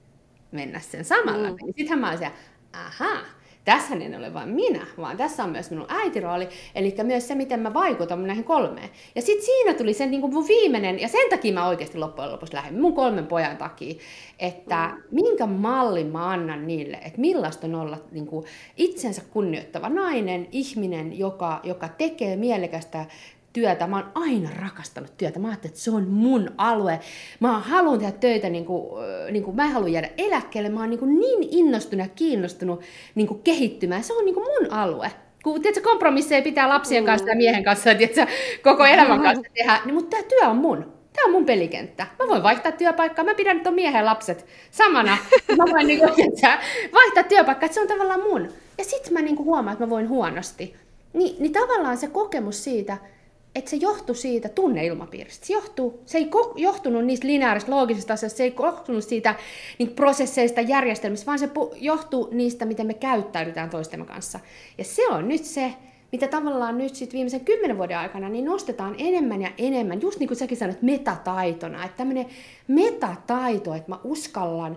mennä sen samalla. Mm. Sittenhän mä oon siellä, ahaa. Tässä en ole vain minä, vaan tässä on myös minun äitirooli, eli myös se, miten mä vaikutan näihin kolmeen. Ja sitten siinä tuli se niin kuin mun viimeinen, ja sen takia mä oikeasti loppujen lopuksi lähdin mun kolmen pojan takia, että mm. minkä mallin mä annan niille, että millaista on olla niin kuin itsensä kunnioittava nainen, ihminen, joka, joka tekee mielekästä työtä. Mä oon aina rakastanut työtä. Mä ajattelin, että se on mun alue. Mä haluan tehdä töitä, niin kuin, niin kuin mä en halua jäädä eläkkeelle. Mä oon niin, niin innostunut ja kiinnostunut niin kuin kehittymään. Se on niin kuin mun alue. Kun tiedätkö, kompromisseja pitää lapsien kanssa ja miehen kanssa, tiedätkö, koko elämän kanssa tehdä, niin, mutta tämä työ on mun. Tämä on mun pelikenttä. Mä voin vaihtaa työpaikkaa. Mä pidän tuon miehen lapset samana. Mä voin niin kuin, tiedätkö, vaihtaa työpaikkaa, että se on tavallaan mun. Ja sit mä niin kuin huomaan, että mä voin huonosti. Ni, niin tavallaan se kokemus siitä, että se johtui siitä tunneilmapiiristä. Se, johtuu, se ei johtunut niistä lineaarista loogisista asioista, se ei johtunut siitä niin prosesseista, järjestelmistä, vaan se johtuu niistä, miten me käyttäydytään toistemme kanssa. Ja se on nyt se, mitä tavallaan nyt sit viimeisen kymmenen vuoden aikana niin nostetaan enemmän ja enemmän, just niin kuin säkin sanoit, metataitona. Että tämmöinen metataito, että mä uskallan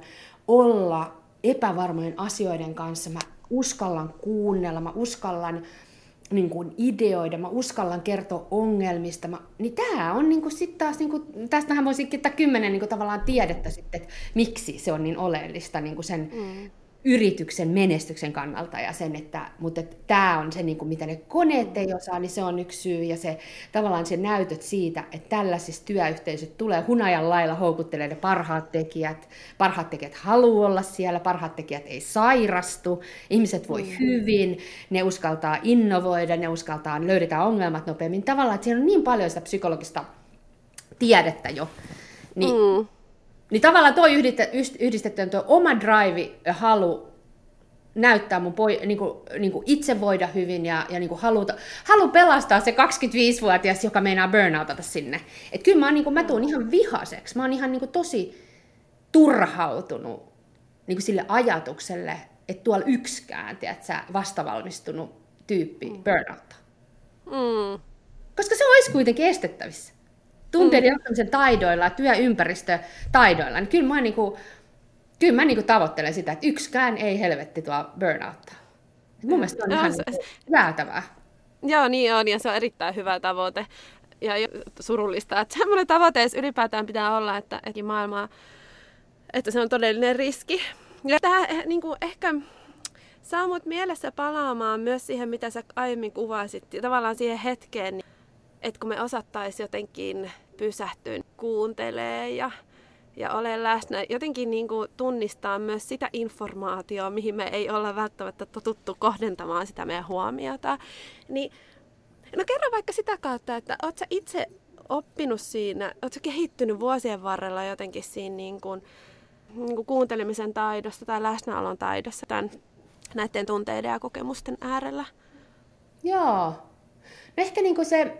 olla epävarmojen asioiden kanssa, mä uskallan kuunnella, mä uskallan niin kuin ideoida, mä uskallan kertoa ongelmista, mä, niin tää on niin kuin sit taas, niin kuin, tästähän voisi kittaa kymmenen niin kuin tavallaan tiedettä sitten, että miksi se on niin oleellista niin kuin sen mm. yrityksen menestyksen kannalta ja sen, että, mutta että tämä on se, niin kuin, mitä ne koneet ei osaa, niin se on yksi syy ja se tavallaan se näytöt siitä, että tällaisissa työyhteisöt tulee hunajan lailla houkuttelee ne parhaat tekijät, parhaat tekijät haluaa olla siellä, parhaat tekijät ei sairastu, ihmiset voi mm. hyvin, ne uskaltaa innovoida, ne uskaltaa löydetään ongelmat nopeammin, tavallaan, että siinä on niin paljon sitä psykologista tiedettä jo, niin mm. Niin tavallaan tuo yhdistetty on tuo oma drive ja halu näyttää mun poi, niin kuin, niin kuin itse voida hyvin ja, ja niin kuin haluta, halu pelastaa se kaksikymmentäviisivuotias, joka meinaa burnoutata sinne. Että kyllä mä, niin kuin, mä tuun ihan vihaseksi. Mä oon ihan niin kuin, tosi turhautunut niin kuin sille ajatukselle, että tuolla yksikään tiedätkö, vastavalmistunut tyyppi mm. burnouttaa. Mm. Koska se olisi kuitenkin estettävissä. Tunteiden mm. johtamisen taidoilla ja työympäristötaidoilla, niin kyllä mä, niinku, kyllä mä niinku tavoittelen sitä, että yksikään ei helvetti tuo burnouttaa. Mun mielestä on no, ihan se, niinku jäätävää. Joo, niin on, ja se on erittäin hyvä tavoite. Ja surullista, että semmoinen tavoite ylipäätään pitää olla, että, että maailmaa, että se on todellinen riski. Ja tämä niinku, ehkä saa mut mielessä palaamaan myös siihen, mitä sä aiemmin kuvasit, tavallaan siihen hetkeen, että kun me osattaisiin jotenkin pysähtyä, kuuntelee ja, ja ole läsnä, jotenkin niin kuin tunnistaa myös sitä informaatiota, mihin me ei olla välttämättä totuttu kohdentamaan sitä meidän huomiota. Niin, no kerro vaikka sitä kautta, että ootko sä itse oppinut siinä, ootko sä kehittynyt vuosien varrella jotenkin siinä niin kuin, niin kuin kuuntelemisen taidosta tai läsnäolon taidossa tämän, näiden tunteiden ja kokemusten äärellä? Joo. No ehkä niin kuin se...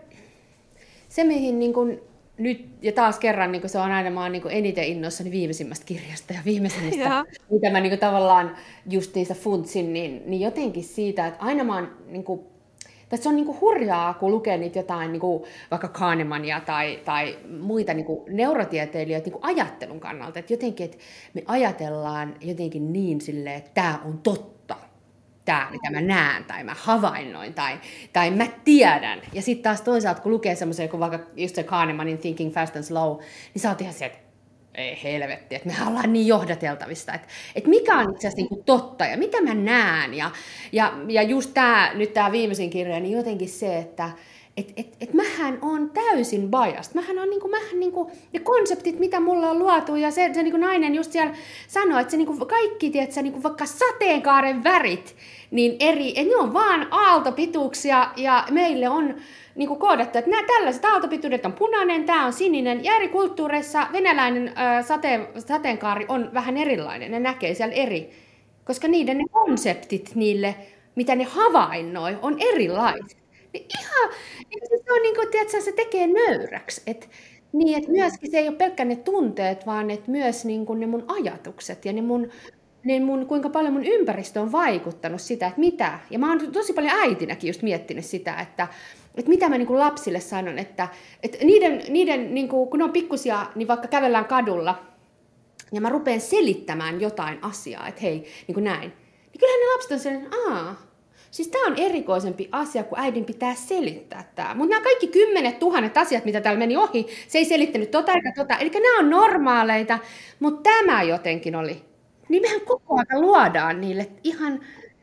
Se, mihin niin kuin nyt, ja taas kerran, niin kuin se on aina, mä oon niin kuin eniten innoissani viimeisimmästä kirjasta ja viimeisimmistä, mitä mä niin kuin tavallaan just niistä funtsin, niin, niin jotenkin siitä, että aina mä oon, niin kuin, tässä on niin kuin hurjaa, kun lukee niitä jotain, niin kuin vaikka Kahnemania tai, tai muita niin kuin neurotieteilijöitä niin kuin ajattelun kannalta, että jotenkin, että me ajatellaan jotenkin niin silleen, että tämä on totta. tämä, mitä mä näen, tai mä havainnoin, tai, tai mä tiedän. Ja sitten taas toisaalta, kun lukee semmoisen, kun vaikka just se Kahnemanin Thinking Fast and Slow, niin sä oot ihan sieltä, ei helvetti, että mehän ollaan niin johdateltavista, että, että mikä on itse asiassa niin totta, ja mitä mä näen. Ja, ja, ja just tämä, nyt tämä viimeisin kirja, niin jotenkin se, että et, et, et mähän on täysin biased. Mähän on niinku, mähän niinku, ne konseptit, mitä mulla on luotu, ja se, se niinku nainen just siellä sanoi, että se niinku kaikki, tiedätkö, niinku vaikka sateenkaaren värit, niin eri, et ne on vaan aaltopituuksia, ja meille on niinku koodattu, että nämä tällaiset aaltopituudet on punainen, tämä on sininen, ja eri kulttuureissa venäläinen ö, sateen, sateenkaari on vähän erilainen, ne näkee siellä eri, koska niiden ne konseptit niille, mitä ne havainnoi, on erilaiset. Niin ihan, se, on niin kuin, tiedätkö, se tekee nöyräksi. Et, niin, että myöskin se ei ole pelkkä ne tunteet, vaan että myös niin kuin ne mun ajatukset ja ne mun, ne mun, kuinka paljon mun ympäristö on vaikuttanut sitä, että mitä. Ja mä oon tosi paljon äitinäkin just miettinyt sitä, että, että mitä mä niin kuin lapsille sanon, että, että niiden, niiden niin kuin, kun ne on pikkusia, niin vaikka kävellään kadulla ja mä rupean selittämään jotain asiaa, että hei, niin kuin näin. Niin kyllähän ne lapset on sellainen, aah. Siis tämä on erikoisempi asia, kun äidin pitää selittää tämä. Mutta nämä kaikki kymmenet tuhannet asiat, mitä täällä meni ohi, se ei selittänyt tota eikä tota. Eli nämä on normaaleita, mutta tämä jotenkin oli. Niin mehän koko ajan luodaan niille ihan.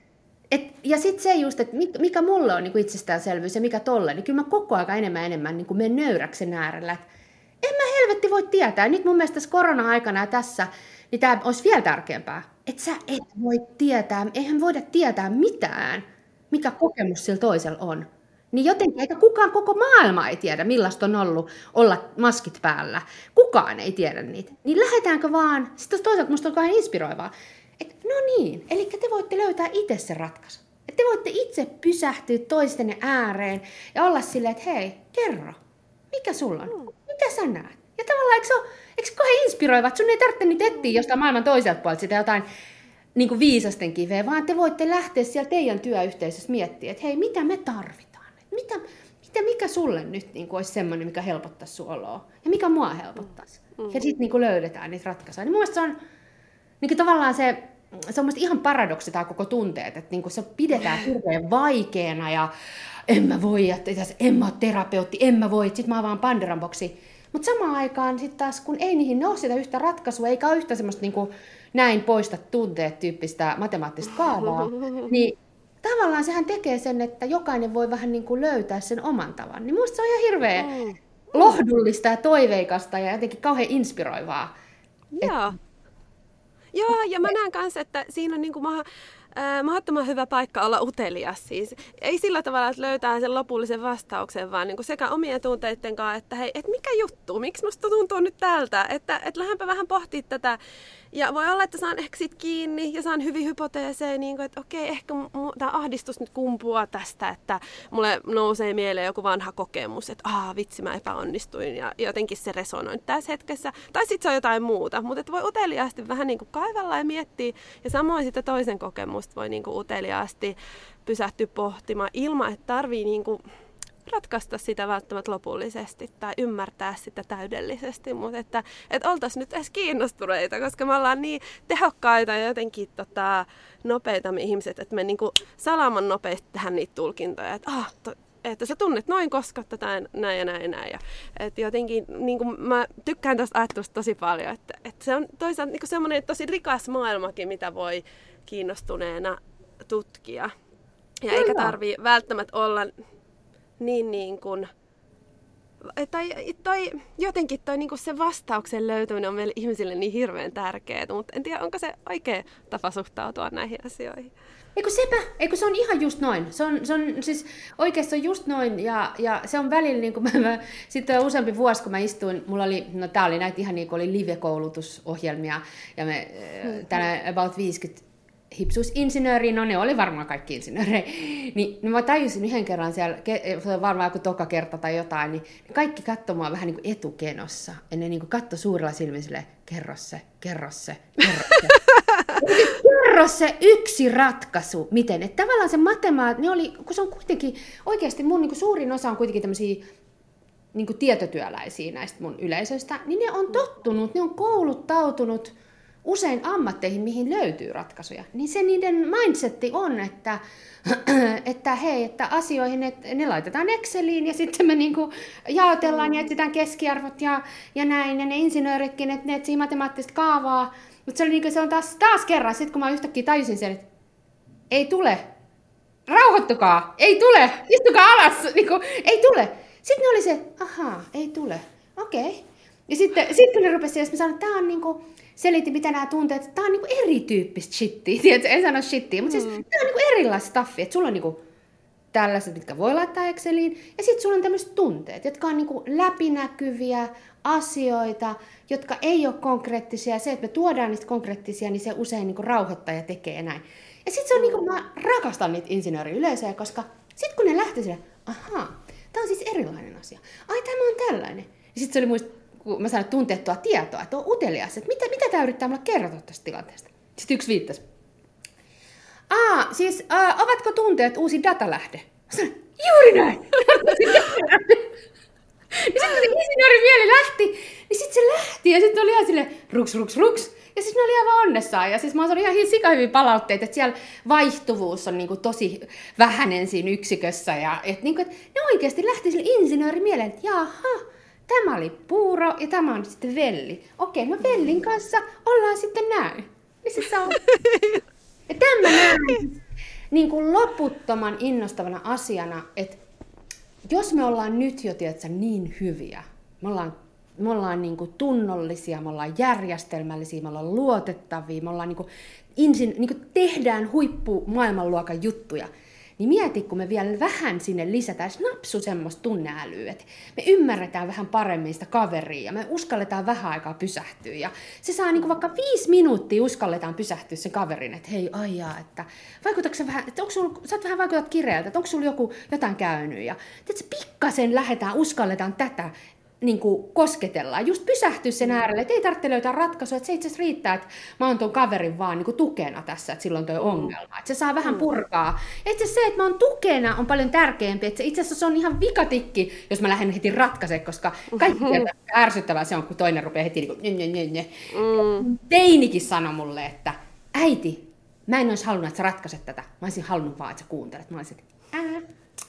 Et, ja sitten se just, että mikä mulle on niinku itsestäänselvyys ja mikä tolle, niin kyllä mä koko ajan enemmän enemmän niin menen nöyräksen äärellä. Et en mä helvetti voi tietää. Ja nyt mun mielestä tässä korona-aikana ja tässä, niin tämä olisi vielä tärkeämpää. Että sä et voi tietää, eihän voida tietää mitään, mikä kokemus sillä toisella on. Niin jotenkin, eikä kukaan, koko maailma ei tiedä, millaista on ollut olla maskit päällä. Kukaan ei tiedä niitä. Niin lähdetäänkö vaan, sitten toisaalta musta on kauhean inspiroivaa, että no niin, eli te voitte löytää itse sen ratkaisun. Että te voitte itse pysähtyä toistenne ääreen ja olla silleen, että hei, kerro, mikä sulla on? Mitä sä näet? Ja tavallaan, eikö se ole, eikö kauhean inspiroivaa, että sun ei tarvitse nyt etsiä jostain maailman toiselta puolelta sitä jotain niin kuin viisasten kiveä, vaan te voitte lähteä siellä teidän työyhteisössä miettimään, että hei, mitä me tarvitaan? Mitä, mitä, mikä sulle nyt niin kuin olisi semmoinen, mikä helpottaisi sun oloa? Ja mikä mua helpottaisi? Mm. Ja sitten niin kuin löydetään niitä ratkaisuja. Niin mun mielestä se on niin kuin tavallaan se, se on mun ihan paradoksi tämä koko tunteet, että niin kuin se pidetään hirveän vaikeana ja en mä voi, että en mä ole terapeutti, en mä voi, sit mä oon vaan Pandoran boksi. Mutta samaan aikaan sitten taas, kun ei niihin ole sitä yhtä ratkaisua, eikä ole yhtä semmoista niin kuin näin poista tunteet tyyppistä matemaattista kaavaa, niin tavallaan sehän tekee sen, että jokainen voi vähän niin kuin löytää sen oman tavan. Niin musta se on ihan hirveän mm. lohdullista ja toiveikasta ja jotenkin kauhean inspiroivaa. Joo. Et... Joo, ja mä näen kanssa, että siinä on niin kuin maha, äh, mahdottoman hyvä paikka olla utelias. Siis. Ei sillä tavalla, että löytää sen lopullisen vastauksen, vaan niin kuin sekä omien tunteiden kanssa, että hei, et mikä juttu, miksi musta tuntuu nyt tältä, että et lähdenpä vähän pohtia tätä. Ja voi olla, että saan ehkä sit kiinni ja saan hyvin hypoteeseja, niin kuin, että okei, ehkä tämä ahdistus nyt kumpuaa tästä, että mulle nousee mieleen joku vanha kokemus, että aah, vitsi, mä epäonnistuin ja jotenkin se resonoi tässä hetkessä. Tai sitten se on jotain muuta, mutta voi uteliaasti vähän niin kuin kaivella ja miettiä. Ja samoin sitä toisen kokemusta voi niin kuin uteliaasti pysähtyä pohtimaan ilman, että tarvii niin kuin ratkaista sitä välttämättä lopullisesti tai ymmärtää sitä täydellisesti, mutta että, että oltaisiin nyt edes kiinnostuneita, koska me ollaan niin tehokkaita ja jotenkin tota, nopeita me ihmiset, että me niinku salaman nopeasti tehdään niitä tulkintoja, että, ah, to, että sä tunnet noin, koska tätä näin ja näin ja näin. Ja, että jotenkin niin mä tykkään tästä ajattelusta tosi paljon, että, että se on toisaalta niin semmoinen tosi rikas maailmakin, mitä voi kiinnostuneena tutkia. Ja eikä tarvii välttämättä olla niin niin kuin, tai, tai jotenkin toi, niin kuin se vastauksen löytäminen on meille ihmisille niin hirveän tärkeää, mutta en tiedä, onko se oikea tapa suhtautua näihin asioihin. Eikö sepä? Eikö se on ihan just noin? Se on, se on siis oikeasti on just noin ja, ja se on välillä, niin kuin mä, mä sitten useampi vuosi, kun mä istuin, mulla oli, no tää oli näitä ihan niin kuin oli live-koulutusohjelmia ja me mm-hmm. tänään about viisikymmentä hipsusinsinööriä, no ne oli varmaan kaikki insinöörejä, niin, niin mä tajusin yhden kerran siellä, se on varmaan joku toka kerta tai jotain, niin kaikki katsoi mua vähän niin kuin etukenossa, ja ne niin kuin katsoi suurella silmin silleen, kerro se, kerro se, kerro se. Kerro se yksi ratkaisu, miten, että tavallaan se matemaat, ne oli, kun se on kuitenkin, oikeasti mun niin kuin suurin osa on kuitenkin tämmöisiä niin kuin tietotyöläisiä näistä mun yleisöistä, niin ne on tottunut, ne on kouluttautunut usein ammatteihin, mihin löytyy ratkaisuja, niin se niiden mindsetti on, että, että hei, että asioihin, että ne laitetaan Exceliin ja sitten me niinku jaotellaan ja etsitään keskiarvot ja, ja näin, ja ne insinööritkin, että ne etsii matemaattista kaavaa, mutta se, niinku, se on taas, taas kerran, sitten kun mä yhtäkkiä tajusin sen, että ei tule, rauhoittukaa, ei tule, istukaa alas, niinku, ei tule. Sitten ne oli se, ahaa, ei tule, okei. Okay. Ja sitten, sitten kun ne rupesivat, ja mä sanoin, että tämä on niinku, selitti mitä nämä tunteet, että tämä on niinku erityyppistä shittiä, tiedätkö? En sano shittiä, mutta mm. siis tämä on niinku erilaista staffia, että sulla on niinku tällaiset, mitkä voi laittaa Exceliin, ja sitten sulla on tämmöiset tunteet, jotka on niinku läpinäkyviä asioita, jotka ei ole konkreettisia, ja se, että me tuodaan niistä konkreettisia, niin se usein niinku rauhoittaa ja tekee näin. Ja sitten se on niinku, mä rakastan niitä insinööriyleisöjä, koska sitten kun ne lähti sille, ahaa, tämä on siis erilainen asia, ai tämä on tällainen, ja sitten se oli muista, kun mä sain tunteettua tietoa, että on utelias, että mitä, mitä tämä yrittää mulle kertoa tästä tilanteesta. Sitten yksi viittasi. Aa, siis äh, ovatko tunteet uusi datalähde? Mä sanoin, juuri näin! Ja sitten kun se insinöörin mieli lähti, niin sitten se lähti ja sitten oli ihan silleen ruks, ruks, ruks. Ja siis ne oli aivan onnessaan. Ja siis mä oon saanut ihan sikahyviä palautteita, että siellä vaihtuvuus on niinku tosi vähäinen siinä yksikössä. Ja että niinku, et ne oikeasti lähti sille insinöörin mieleen, että jaha, tämä oli puuro ja tämä on sitten velli. Okei, no vellin kanssa ollaan sitten näin. Niin siis se on... Ja tämän mä näen niin kuin loputtoman innostavana asiana, että jos me ollaan nyt jo tiedätkö, niin hyviä, me ollaan, me ollaan niin kuin tunnollisia, me ollaan järjestelmällisiä, me ollaan luotettavia, me ollaan niin kuin, insin, niin kuin tehdään huippumaailmanluokan juttuja, niin mieti, kun me vielä vähän sinne lisätään napsu semmoista tunneälyä, että me ymmärretään vähän paremmin sitä kaveria ja me uskalletaan vähän aikaa pysähtyä. Ja se saa niin kuin vaikka viisi minuuttia uskalletaan pysähtyä sen kaverin, että hei aijaa, että vaikutatko sä vähän, että onko sulla, sä oot vähän vaikutat kireältä, että onko sulla joku jotain käynyt. Ja tiedätkö, pikkasen lähdetään, uskalletaan tätä niin kuin kosketellaan, just pysähtyä sen äärelle, että ei tarvitse löytää ratkaisua, että se itse asiassa riittää, että mä oon tuon kaverin vaan niin kuin tukena tässä, että silloin toi ongelma, että se saa vähän purkaa. Ja itse asiassa se, että mä oon tukena, on paljon tärkeämpi, että se itse asiassa se on ihan vikatikki, jos mä lähden heti ratkaisemaan, koska kaikki ärsyttävää se on, kun toinen rupeaa heti niin kuin, nye, nye, nye. Mm. Teinikin sanoi mulle, että äiti, mä en olisi halunnut, että sä ratkaiset tätä, mä olisin halunnut vaan, että sä kuuntelet. Mä olisin, että ää.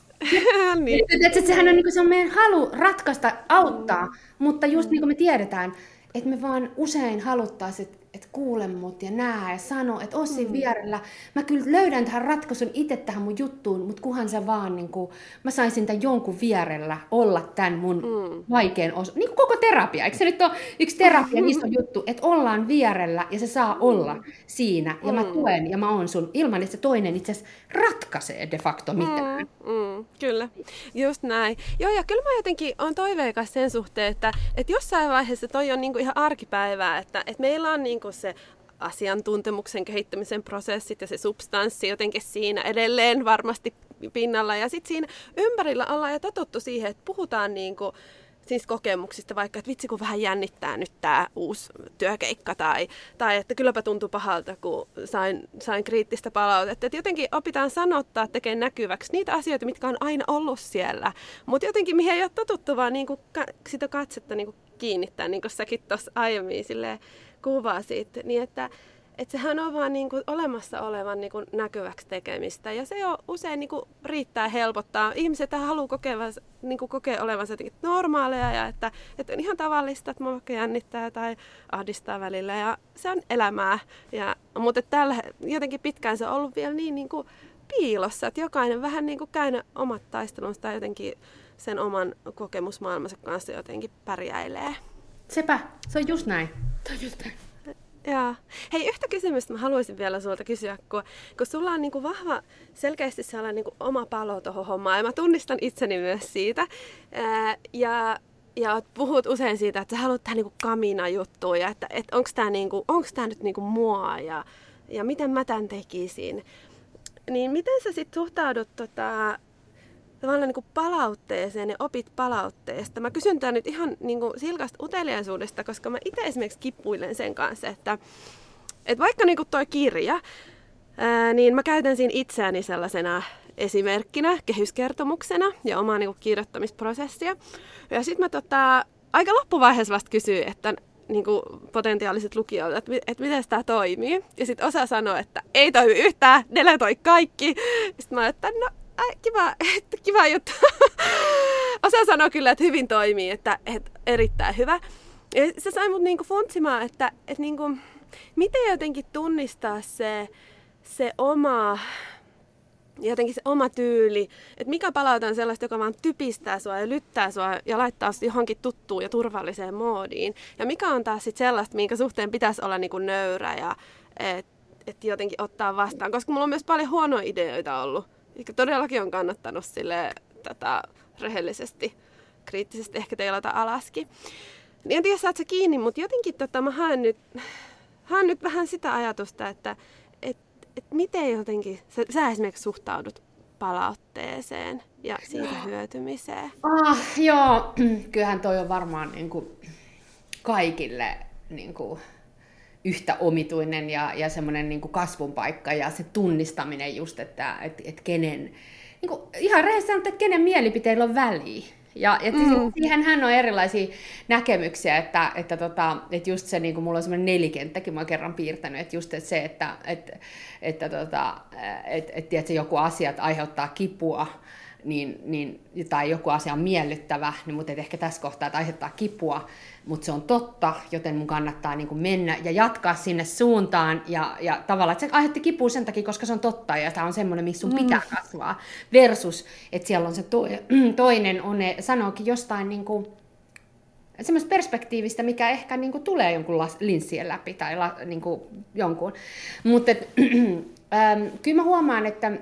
niin. Että sehän on, niin se on meidän halu ratkaista, auttaa, mm. mutta just niin kuin me tiedetään, että me vaan usein haluttaisiin, että, että kuule mut ja nää ja sano, että oo siinä mm. vierellä. Mä kyllä löydän tähän ratkaisun itse tähän mun juttuun, mutta kuhan sä vaan, niin kuin, mä saisin tämän jonkun vierellä olla tämän mun mm. vaikean osa. Niin kuin koko terapia, eikö se nyt ole yksi terapian iso juttu, että ollaan vierellä ja se saa olla siinä ja mä tuen ja mä oon sun ilman, että se toinen itse asiassa ratkaisee de facto mitään. Mm. Mm. Kyllä, just näin. Joo, ja kyllä mä jotenkin on toiveikas sen suhteen, että, että jossain vaiheessa toi on niinku ihan arkipäivää, että, että meillä on niinku se asiantuntemuksen kehittämisen prosessit ja se substanssi jotenkin siinä edelleen varmasti pinnalla. Ja sitten siinä ympärillä ollaan jo totuttu siihen, että puhutaan niinku siis kokemuksista, vaikka että vitsi kun vähän jännittää nyt tämä uusi työkeikka tai, tai että kylläpä tuntuu pahalta, kun sain, sain kriittistä palautetta. Että jotenkin opitaan sanottaa, tekemään näkyväksi niitä asioita, mitkä on aina ollut siellä, mutta jotenkin mihin ei ole totuttu vaan niin kuin ka- sitä katsetta niin kuin kiinnittää, niin kuin säkin tuossa aiemmin kuvasit, niin että että sehän on vaan niin kuin olemassa olevan niin kuin näkyväksi tekemistä ja se on usein niin kuin riittää helpottaa. Ihmiset haluaa kokea, niin kuin kokea olevansa jotenkin normaaleja ja että, että on ihan tavallista, että mua vaikka jännittää tai ahdistaa välillä ja se on elämää. Ja, mutta tällä jotenkin pitkään se on ollut vielä niin, niin kuin piilossa, että jokainen vähän niin kuin käynyt omat taistelunsa tai jotenkin sen oman kokemusmaailmansa kanssa jotenkin pärjäilee. Sepä, se on just näin. Se on just näin. Jaa. Hei, yhtä kysymystä mä haluaisin vielä sulta kysyä, kun, kun sulla on niin kuin vahva, selkeästi sellainen niin kuin oma palo tuohon hommaan, ja mä tunnistan itseni myös siitä. Ää, ja, ja puhut usein siitä, että sä haluat tähän niin kuin kamina-juttuun, ja että, että onko tämä niin kuin, onko tämä nyt niin kuin mua, ja, ja miten mä tämän tekisin. Niin miten sä sitten suhtaudut tota, tavallaan niin kuin palautteeseen ja opit palautteesta. Mä kysyn tää nyt ihan niin kuin silkasta uteliaisuudesta, koska mä itse esimerkiksi kippuilen sen kanssa, että, että vaikka niin kuin toi kirja, ää, niin mä käytän siinä itseäni sellaisena esimerkkinä, kehyskertomuksena ja omaa niin kuin kirjoittamisprosessia. Ja sit mä tota, aika loppuvaiheessa vasta kysyin, että niin kuin potentiaaliset lukijoille, että, että miten tämä toimii. Ja sitten osa sanoo, että ei toimi yhtään, deletoi kaikki. Sitten mä olen, että no ai, kiva, että kiva juttu. Osa sanoo kyllä, että hyvin toimii, että, että erittäin hyvä. Ja se sai mut niinku funtsimaan, että, että niinku, miten jotenkin tunnistaa se, se oma... jotenkin se oma tyyli, että mikä palaute on sellaista, joka vaan typistää sua ja lyttää sua ja laittaa sut johonkin tuttuun ja turvalliseen moodiin. Ja mikä on taas sit sellaista, minkä suhteen pitäisi olla niinku nöyrä ja että et jotenkin ottaa vastaan. Koska mulla on myös paljon huonoja ideoita ollut. Eikä todellakin on kannattanut sille tätä rehellisesti, kriittisesti ehkä teilata alaskin. En tiedä, saat sä kiinni, mutta jotenkin tota, mä haen nyt, haen nyt vähän sitä ajatusta, että että miten jotenkin sä, sä esimerkiksi suhtaudut palautteeseen ja siitä hyötymiseen? Ah, joo, kyllähän toi on varmaan niin kuin kaikille niin kuin yhtä omituinen ja, ja semmoinen niin kuin kasvun paikka ja se tunnistaminen just, että et, et kenen, niin kuin, ihan rehellisesti sanotaan, että kenen mielipiteillä on väliä. Ja, ja mm. siihen hän on erilaisia näkemyksiä, että, että, tota, että just se, niin kuin mulla on semmoinen nelikenttäkin, mä oon kerran piirtänyt, että just että se, että, että, että, tota, että, että, että joku asiat aiheuttaa kipua, niin, niin, tai joku asia on miellyttävä, niin, mutta ehkä tässä kohtaa, että aiheuttaa kipua, mutta se on totta, joten mun kannattaa niin kuin mennä ja jatkaa sinne suuntaan, ja, ja tavallaan, että se aiheutti kipua sen takia, koska se on totta, ja tämä on semmoinen, missä sun pitää kasvaa, versus, että siellä on se to, toinen, on ne, sanookin jostain niin kuin, semmoista perspektiivistä, mikä ehkä niin kuin tulee jonkun las, linssien läpi, tai la, niin kuin jonkun, mutta ähm, kyllä mä huomaan, että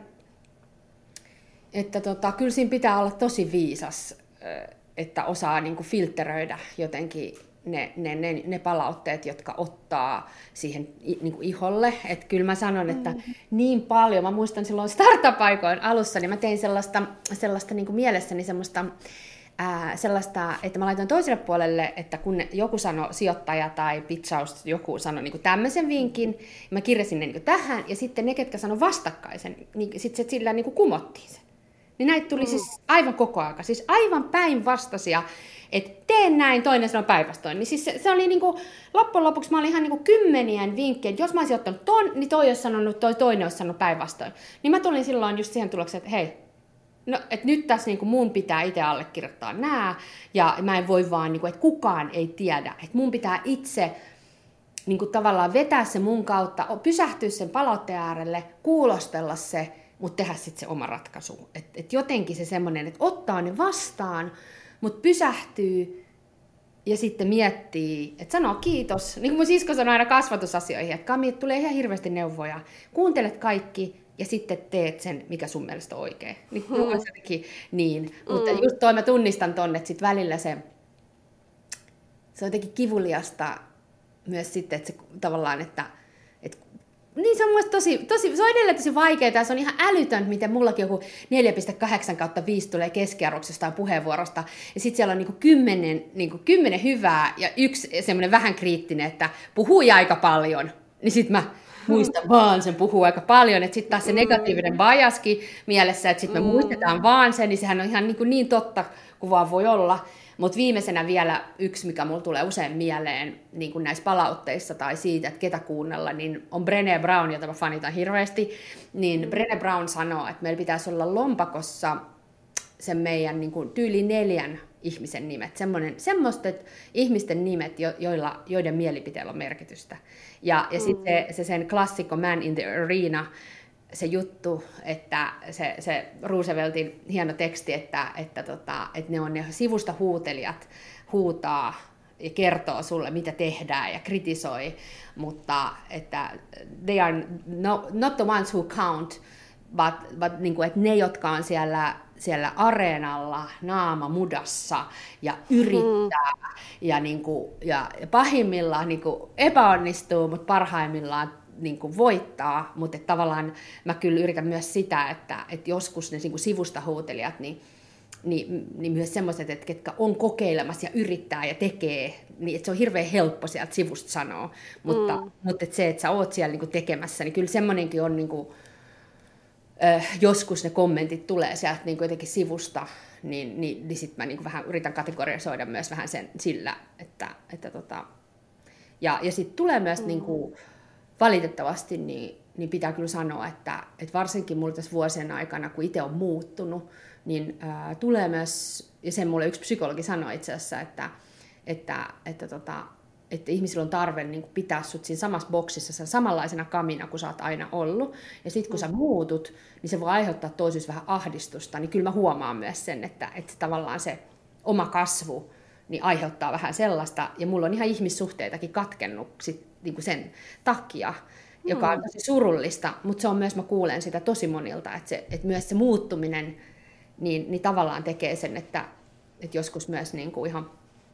Että tota, kyllä siinä pitää olla tosi viisas, että osaa niin kuin filtteröidä jotenkin ne, ne, ne, ne palautteet, jotka ottaa siihen niin kuin iholle. Että kyllä mä sanon, että mm. niin paljon, mä muistan silloin startup-aikoin alussa, niin mä tein sellaista, sellaista niin kuin mielessäni semmoista, ää, sellaista, että mä laitoin toiselle puolelle, että kun joku sanoi, sijoittaja tai pitchaus, joku sanoi niin kuin tämmöisen vinkin, mä kirjasin ne niin kuin tähän, ja sitten ne, ketkä sanoi vastakkaisen, niin sitten se sillä niin kuin kumottiin sen. Niin näitä tuli mm. siis aivan koko aika, siis aivan päinvastaisia, että teen näin, toinen sanoo päinvastoin. Niin siis se, se oli niinku, loppujen lopuksi mä olin ihan niinku kymmenien vinkkejä, jos mä olisin ottanut ton, niin toi olisi sanonut, toi toinen olisi sanonut päinvastoin. Niin mä tulin silloin just siihen tulokseen, että hei, no, että nyt tässä niinku mun pitää itse allekirjoittaa nää, ja mä en voi vaan, niinku, että kukaan ei tiedä, että mun pitää itse niinku tavallaan vetää se mun kautta, pysähtyä sen palautteen äärelle, kuulostella se, mutta tehdä sitten se oma ratkaisu. Että et jotenkin se semmoinen, että ottaa ne vastaan, mutta pysähtyy ja sitten miettii, että sanoo kiitos. Niin kuin mun sisko sanoo aina kasvatusasioihin, että Kami, että tulee ihan hirveästi neuvoja. Kuuntelet kaikki ja sitten teet sen, mikä sun mielestä on oikein. Niin, hmm. niin. Mm. Mutta just toi mä tunnistan tonne, että sitten välillä se, se on jotenkin kivuliasta myös sitten, että se tavallaan, että niin se on mun tosi, tosi, se on edelleen tosi vaikeaa, ja se on ihan älytön, miten mullakin joku neljä pilkku kahdeksan kautta viisi tulee keskiarvoksi jostain puheenvuorosta, ja sitten siellä on niinku kymmenen, niinku kymmenen hyvää, ja yksi semmoinen vähän kriittinen, että puhuu aika paljon, niin sitten mä muistan vaan sen puhuu aika paljon, että sitten taas se negatiivinen biaskin mielessä, että sitten me muistetaan vaan sen, niin sehän on ihan niin, niin totta kuin vaan voi olla. Mutta viimeisenä vielä yksi, mikä mulla tulee usein mieleen niin kuin näissä palautteissa tai siitä, että ketä kuunnella, niin on Brené Brown, jota mä fanitan hirveästi. Niin Brené Brown sanoo, että meillä pitäisi olla lompakossa sen meidän niin kuin tyyli neljän ihmisen nimet. Semmoiset ihmisten nimet, jo, joilla, joiden mielipiteellä on merkitystä. Ja, ja sitten se, se sen klassikko Man in the Arena, se juttu, että se, se Rooseveltin hieno teksti, että, että, tota, että ne on ne sivusta huutelijat, huutaa ja kertoo sulle, mitä tehdään ja kritisoi, mutta että they are no, not the ones who count, but, but niin kuin, että ne, jotka on siellä, siellä areenalla naama mudassa ja yrittää mm. ja, niin kuin, ja pahimmillaan niin kuin epäonnistuu, mutta parhaimmillaan niin kuin voittaa, mutta että tavallaan mä kyllä yritän myös sitä, että, että joskus ne niin kuin sivusta huutelijat, niin, niin, niin myös semmoiset, että ketkä on kokeilemassa ja yrittää ja tekee, niin että se on hirveän helppo sieltä sivusta sanoa, mutta, mm. mutta että se, että sä oot siellä niin kuin tekemässä, niin kyllä semmoinenkin on, niin kuin, äh, joskus ne kommentit tulee sieltä niin kuin jotenkin sivusta, niin, niin, niin sitten mä niin kuin vähän yritän kategorisoida myös vähän sen sillä, että, että tota, Ja, ja sitten tulee myös mm. niin kuin, valitettavasti, niin, niin pitää kyllä sanoa, että, että varsinkin mulla tässä vuosien aikana, kun itse on muuttunut, niin ää, tulee myös, ja sen mulle yksi psykologi sanoi itse asiassa, että, että, että, tota, että ihmisillä on tarve niin kuin pitää sut siinä samassa boksissa samanlaisena kamina kuin sä oot aina ollut. Ja sitten kun sä muutut, niin se voi aiheuttaa toisissa vähän ahdistusta. Niin kyllä mä huomaan myös sen, että, että tavallaan se oma kasvu niin aiheuttaa vähän sellaista. Ja mulla on ihan ihmissuhteitakin katkennut sit, niin kuin sen takia, joka on tosi surullista. Mutta se on myös, mä kuulen sitä tosi monilta, että, se, että myös se muuttuminen niin, niin tavallaan tekee sen, että, että joskus myös niin kuin ihan...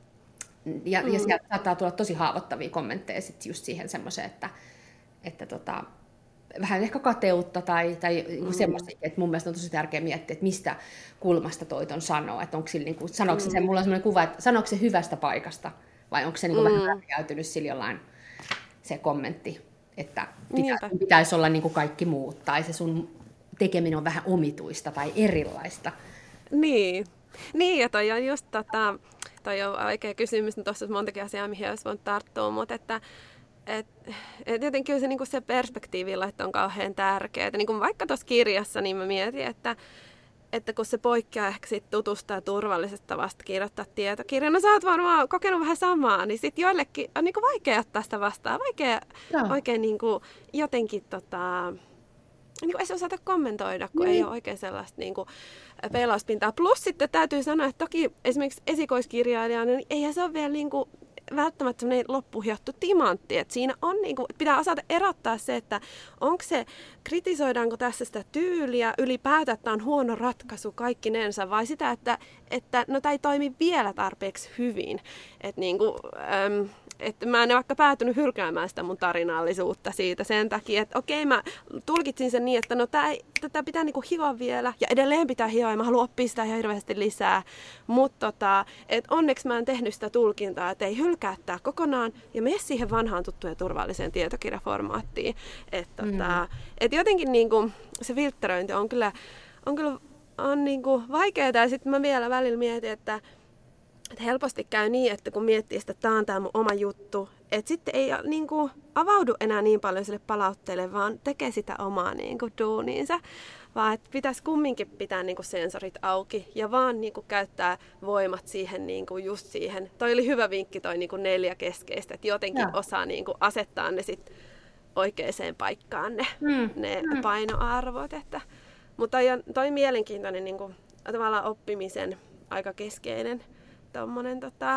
Ja, mm. ja sieltä saattaa tulla tosi haavoittavia kommentteja sit just siihen semmoiseen, että, että tota, vähän ehkä kateutta tai, tai mm. semmoista, että mun mielestä on tosi tärkeää miettiä, että mistä kulmasta toi ton sanoo, että onko sillä, niin kuin, sanooko mm. se, mulla on semmoinen kuva, että sanooko se hyvästä paikasta vai onko se niin kuin mm. vähän käytynyt sillä jollain se kommentti, että pitä, pitäisi olla niin kuin kaikki muut tai se sun tekeminen on vähän omituista tai erilaista. Niin, niin ja toi on just tota... Toi on oikea kysymys, niin tuossa on montakin asiaa, mihin olisi voinut tarttua, mutta että, et, et jotenkin se, niin se perspektiivillä, että on kauhean tärkeää. Niin vaikka tuossa kirjassa, niin mä mietin, että, että kun se poikkeaa ehkä sit tutusta ja turvallisesta tavasta kirjoittaa tietokirjaa, no sä oot varmaan kokenut vähän samaa, niin sitten joillekin on niin vaikea ottaa sitä vastaan, vaikea no. oikein niin jotenkin... Tota, niin kuin ei osata kommentoida, kun niin. ei ole oikein sellaista niin kuin, peilauspintaa. Plus sitten täytyy sanoa, että toki esimerkiksi esikoiskirjailijana, niin eihän se ole vielä niin kuin, välttämättä sellainen loppuhiottu timantti. Että siinä on, niin kuin, pitää osata erottaa se, että onko se, kritisoidaanko tässä sitä tyyliä ylipäätään, että tämä on huono ratkaisu kaikkinensa, vai sitä, että, että no, tämä ei toimi vielä tarpeeksi hyvin. Että niin kuin, äm, että mä en vaikka päätynyt hylkäämään sitä mun tarinallisuutta siitä sen takia, että okei, mä tulkitsin sen niin, että no tää ei, tätä pitää niinku hioa vielä ja edelleen pitää hioa ja mä haluan oppia sitä ihan hirveästi lisää. Mutta tota, että onneksi mä en tehnyt sitä tulkintaa, että ei hylkää tää kokonaan ja mene siihen vanhaan tuttuun ja turvalliseen tietokirjaformaattiin. Että mm. tota, et jotenkin niinku, se filtteröinti on kyllä, on kyllä on niinku vaikeaa ja sitten mä vielä välillä mietin, että Että helposti käy niin, että kun miettii sitä, että tämä on tämä mun oma juttu, että sitten ei niin kuin, avaudu enää niin paljon sille palautteelle, vaan tekee sitä omaa niin kuin, duuniinsa. Vaan että pitäisi kumminkin pitää niin kuin, sensorit auki ja vaan niin kuin, käyttää voimat siihen, niin kuin, just siihen. Toi oli hyvä vinkki, toi niin kuin, neljä keskeistä, että jotenkin ja. osaa niin kuin, asettaa ne sit oikeaan paikkaan ne, mm. ne mm. painoarvot. Että, mutta toi, toi mielenkiintoinen niin kuin, tavallaan oppimisen aika keskeinen tommonen tota,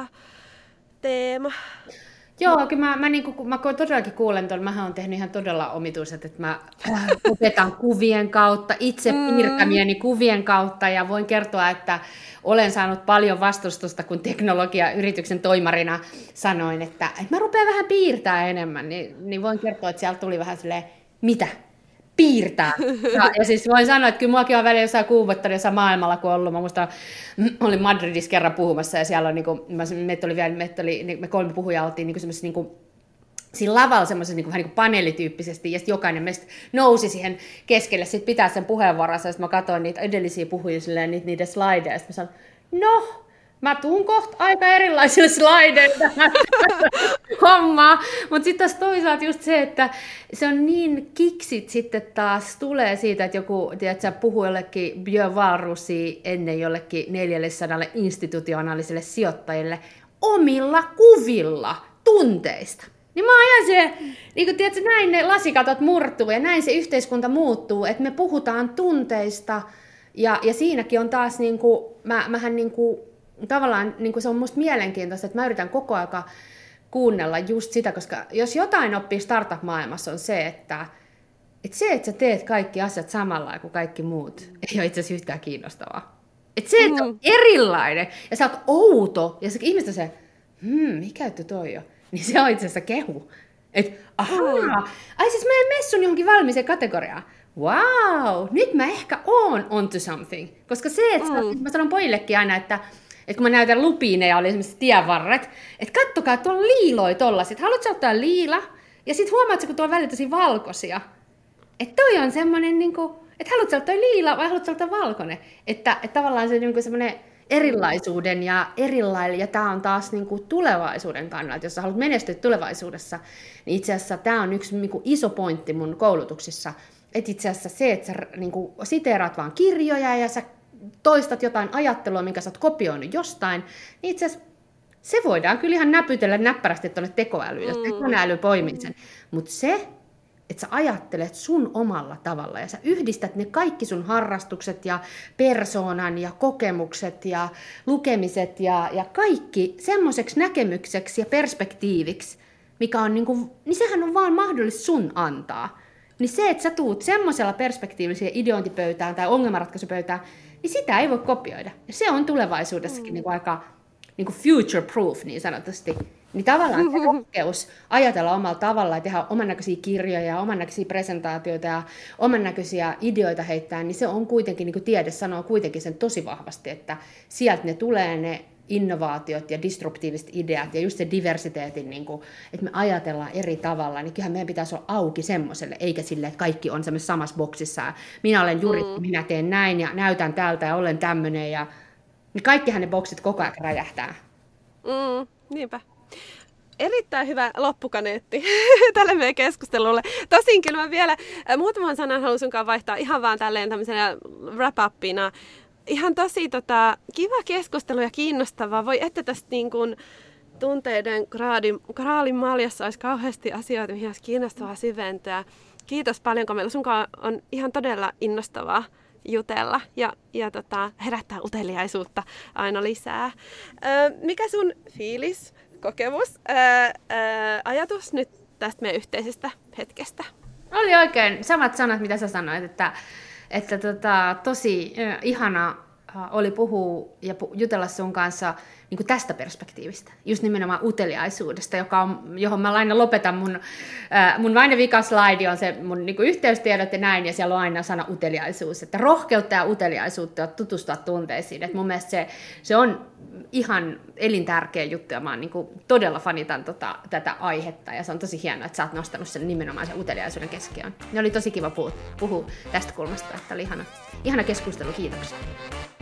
teema. Joo, kyllä mä, mä, niin kuin, mä todellakin kuulen tuon, mähän olen tehnyt ihan todella omituiset, että mä opetan kuvien kautta, itse piirtämieni mm. kuvien kautta, ja voin kertoa, että olen saanut paljon vastustusta, kun teknologiayrityksen toimarina sanoin, että, että mä rupean vähän piirtää enemmän, niin, niin voin kertoa, että sieltä tuli vähän silleen, mitä? Piirtää. Ja, ja siis voin sanoa, että kyllä muakin on välillä jossain kuumottanut jossain maailmalla, kun ollut. Mä muistan, olin Madridissa kerran puhumassa, ja siellä on, niin kuin, meitä oli vielä, meitä oli, me kolme puhujaa oltiin niin semmoisessa, niin kuin, siinä lavalla semmoisessa niin kuin, vähän niin kuin paneelityyppisesti, ja sitten jokainen meistä nousi siihen keskelle, sitten pitää sen puheenvuoronsa, ja sitten mä katsoin niitä edellisiä puhujia, silleen, niitä, niiden slideja, ja sitten mä sanoin, no, mä tuun kohta aika erilaisilla slideilla hommaa, mutta sitten taas toisaalta just se, että se on niin kiksit sitten taas tulee siitä, että joku, tiedätkö, puhuu jollekin Björn Wahlroosia ennen jollekin neljäsataa institutionaaliselle sijoittajille omilla kuvilla tunteista. Niin mä ajan se, niin kun tiedätkö, näin ne lasikatot murtuu ja näin se yhteiskunta muuttuu, että me puhutaan tunteista ja, ja siinäkin on taas, niin kuin, mä, mähän niin kuin, tavallaan niin kuin se on musta mielenkiintoista, että mä yritän koko ajan kuunnella just sitä, koska jos jotain oppii startup-maailmassa on se, että, että se, että sä teet kaikki asiat samalla lailla kuin kaikki muut, ei ole itse asiassa yhtään kiinnostavaa. Että se, että on erilainen ja sä oot outo ja se ihmiset on se, hmm, mikä juttu toi on, niin se on itse asiassa kehu. Että ahaa, ai siis mä en mene sun johonkin valmiiseen kategoriaan. Wow, nyt mä ehkä oon onto something. Koska se, että mm. mä sanon pojillekin aina, että että kun mä näytän lupiineja, oli esimerkiksi tienvarret, että kattokaa, tuolla on liiloi tollasit. Haluatko ottaa liila? Ja sitten huomaatko, kun tuolla on välillä tosi valkoisia. Että toi on semmoinen, niin kuin, että haluatko ottaa liila vai haluatko ottaa valkoinen? Että, että tavallaan se niin semmoinen erilaisuuden ja erilaille, ja tämä on taas niin kuin tulevaisuuden kannalta, jos sä haluat menestyä tulevaisuudessa, niin itse asiassa tämä on yksi niin kuin iso pointti mun koulutuksissa, että itse asiassa se, että sä niin kuin siteeraat vaan kirjoja ja sä toistat jotain ajattelua, minkä sä oot kopioinut jostain, niin itse asiassa se voidaan kyllä ihan näpytellä näppärästi tuonne tekoälyyn, jos tekoäly poimii sen, mutta se, että sä ajattelet sun omalla tavalla ja sä yhdistät ne kaikki sun harrastukset ja persoonan ja kokemukset ja lukemiset ja, ja kaikki semmoiseksi näkemykseksi ja perspektiiviksi, mikä on niinku, niin sehän on vaan mahdollista sun antaa. Niin se, että sä tuut semmoisella perspektiiviseen ideointipöytään tai ongelmanratkaisupöytään, niin sitä ei voi kopioida. Ja se on tulevaisuudessakin mm. niinku aika niinku future proof niin sanotusti. Niin tavallaan se rohkeus ajatella omalla tavalla ja tehdä oman näköisiä kirjoja ja oman näköisiä presentaatioita ja oman näköisiä ideoita heittää, niin se on kuitenkin, niin kuin tiede sanoo kuitenkin sen tosi vahvasti, että sieltä ne tulee ne innovaatiot ja disruptiiviset ideat ja just se diversiteetin, niin kuin, että me ajatellaan eri tavalla, niin kyllähän meidän pitäisi olla auki semmoiselle, eikä silleen, että kaikki on semmoisessa samassa boksissa ja minä olen juristi, mm. minä teen näin ja näytän tältä ja olen tämmöinen ja niin kaikkihan ne boksit koko ajan räjähtää. Mm, niinpä. Erittäin hyvä loppukaneetti tälle meidän keskustelulle. Tosin kyllä mä vielä muutaman sanan haluan sunkaan vaihtaa ihan vaan tälleen tämmöisenä wrap-upina. Ihan tosi tota, kiva keskustelu ja kiinnostavaa. Voi että tästä niin kuin tunteiden graadin, graalin maljassa olisi kauheasti asioita, mihin olisi kiinnostavaa syventyä. Kiitos paljon, kun meillä sunkaan on ihan todella innostavaa jutella ja, ja tota, herättää uteliaisuutta aina lisää. Ö, mikä sun fiilis, kokemus, ää, ää, ajatus nyt tästä meidän yhteisestä hetkestä? Oli oikein samat sanat, mitä sä sanoit, että, että tota, tosi äh, ihana äh, oli puhua ja pu- jutella sun kanssa niin kuin tästä perspektiivistä, just nimenomaan uteliaisuudesta, joka on, johon mä aina lopetan mun, äh, mun aina vika slaidi on se mun niin kuin yhteystiedot ja näin, ja siellä on aina sana uteliaisuus, että rohkeutta ja uteliaisuutta ja tutustua tunteisiin, että mun mielestä se, se on ihan elintärkeä juttu, ja mä oon niin kuin todella fanitan tota, tätä aihetta, ja se on tosi hienoa, että sä oot nostanut sen nimenomaan sen uteliaisuuden keskiöön. Ne oli tosi kiva puhua, puhua tästä kulmasta, että oli ihana, ihana keskustelu, kiitoksia.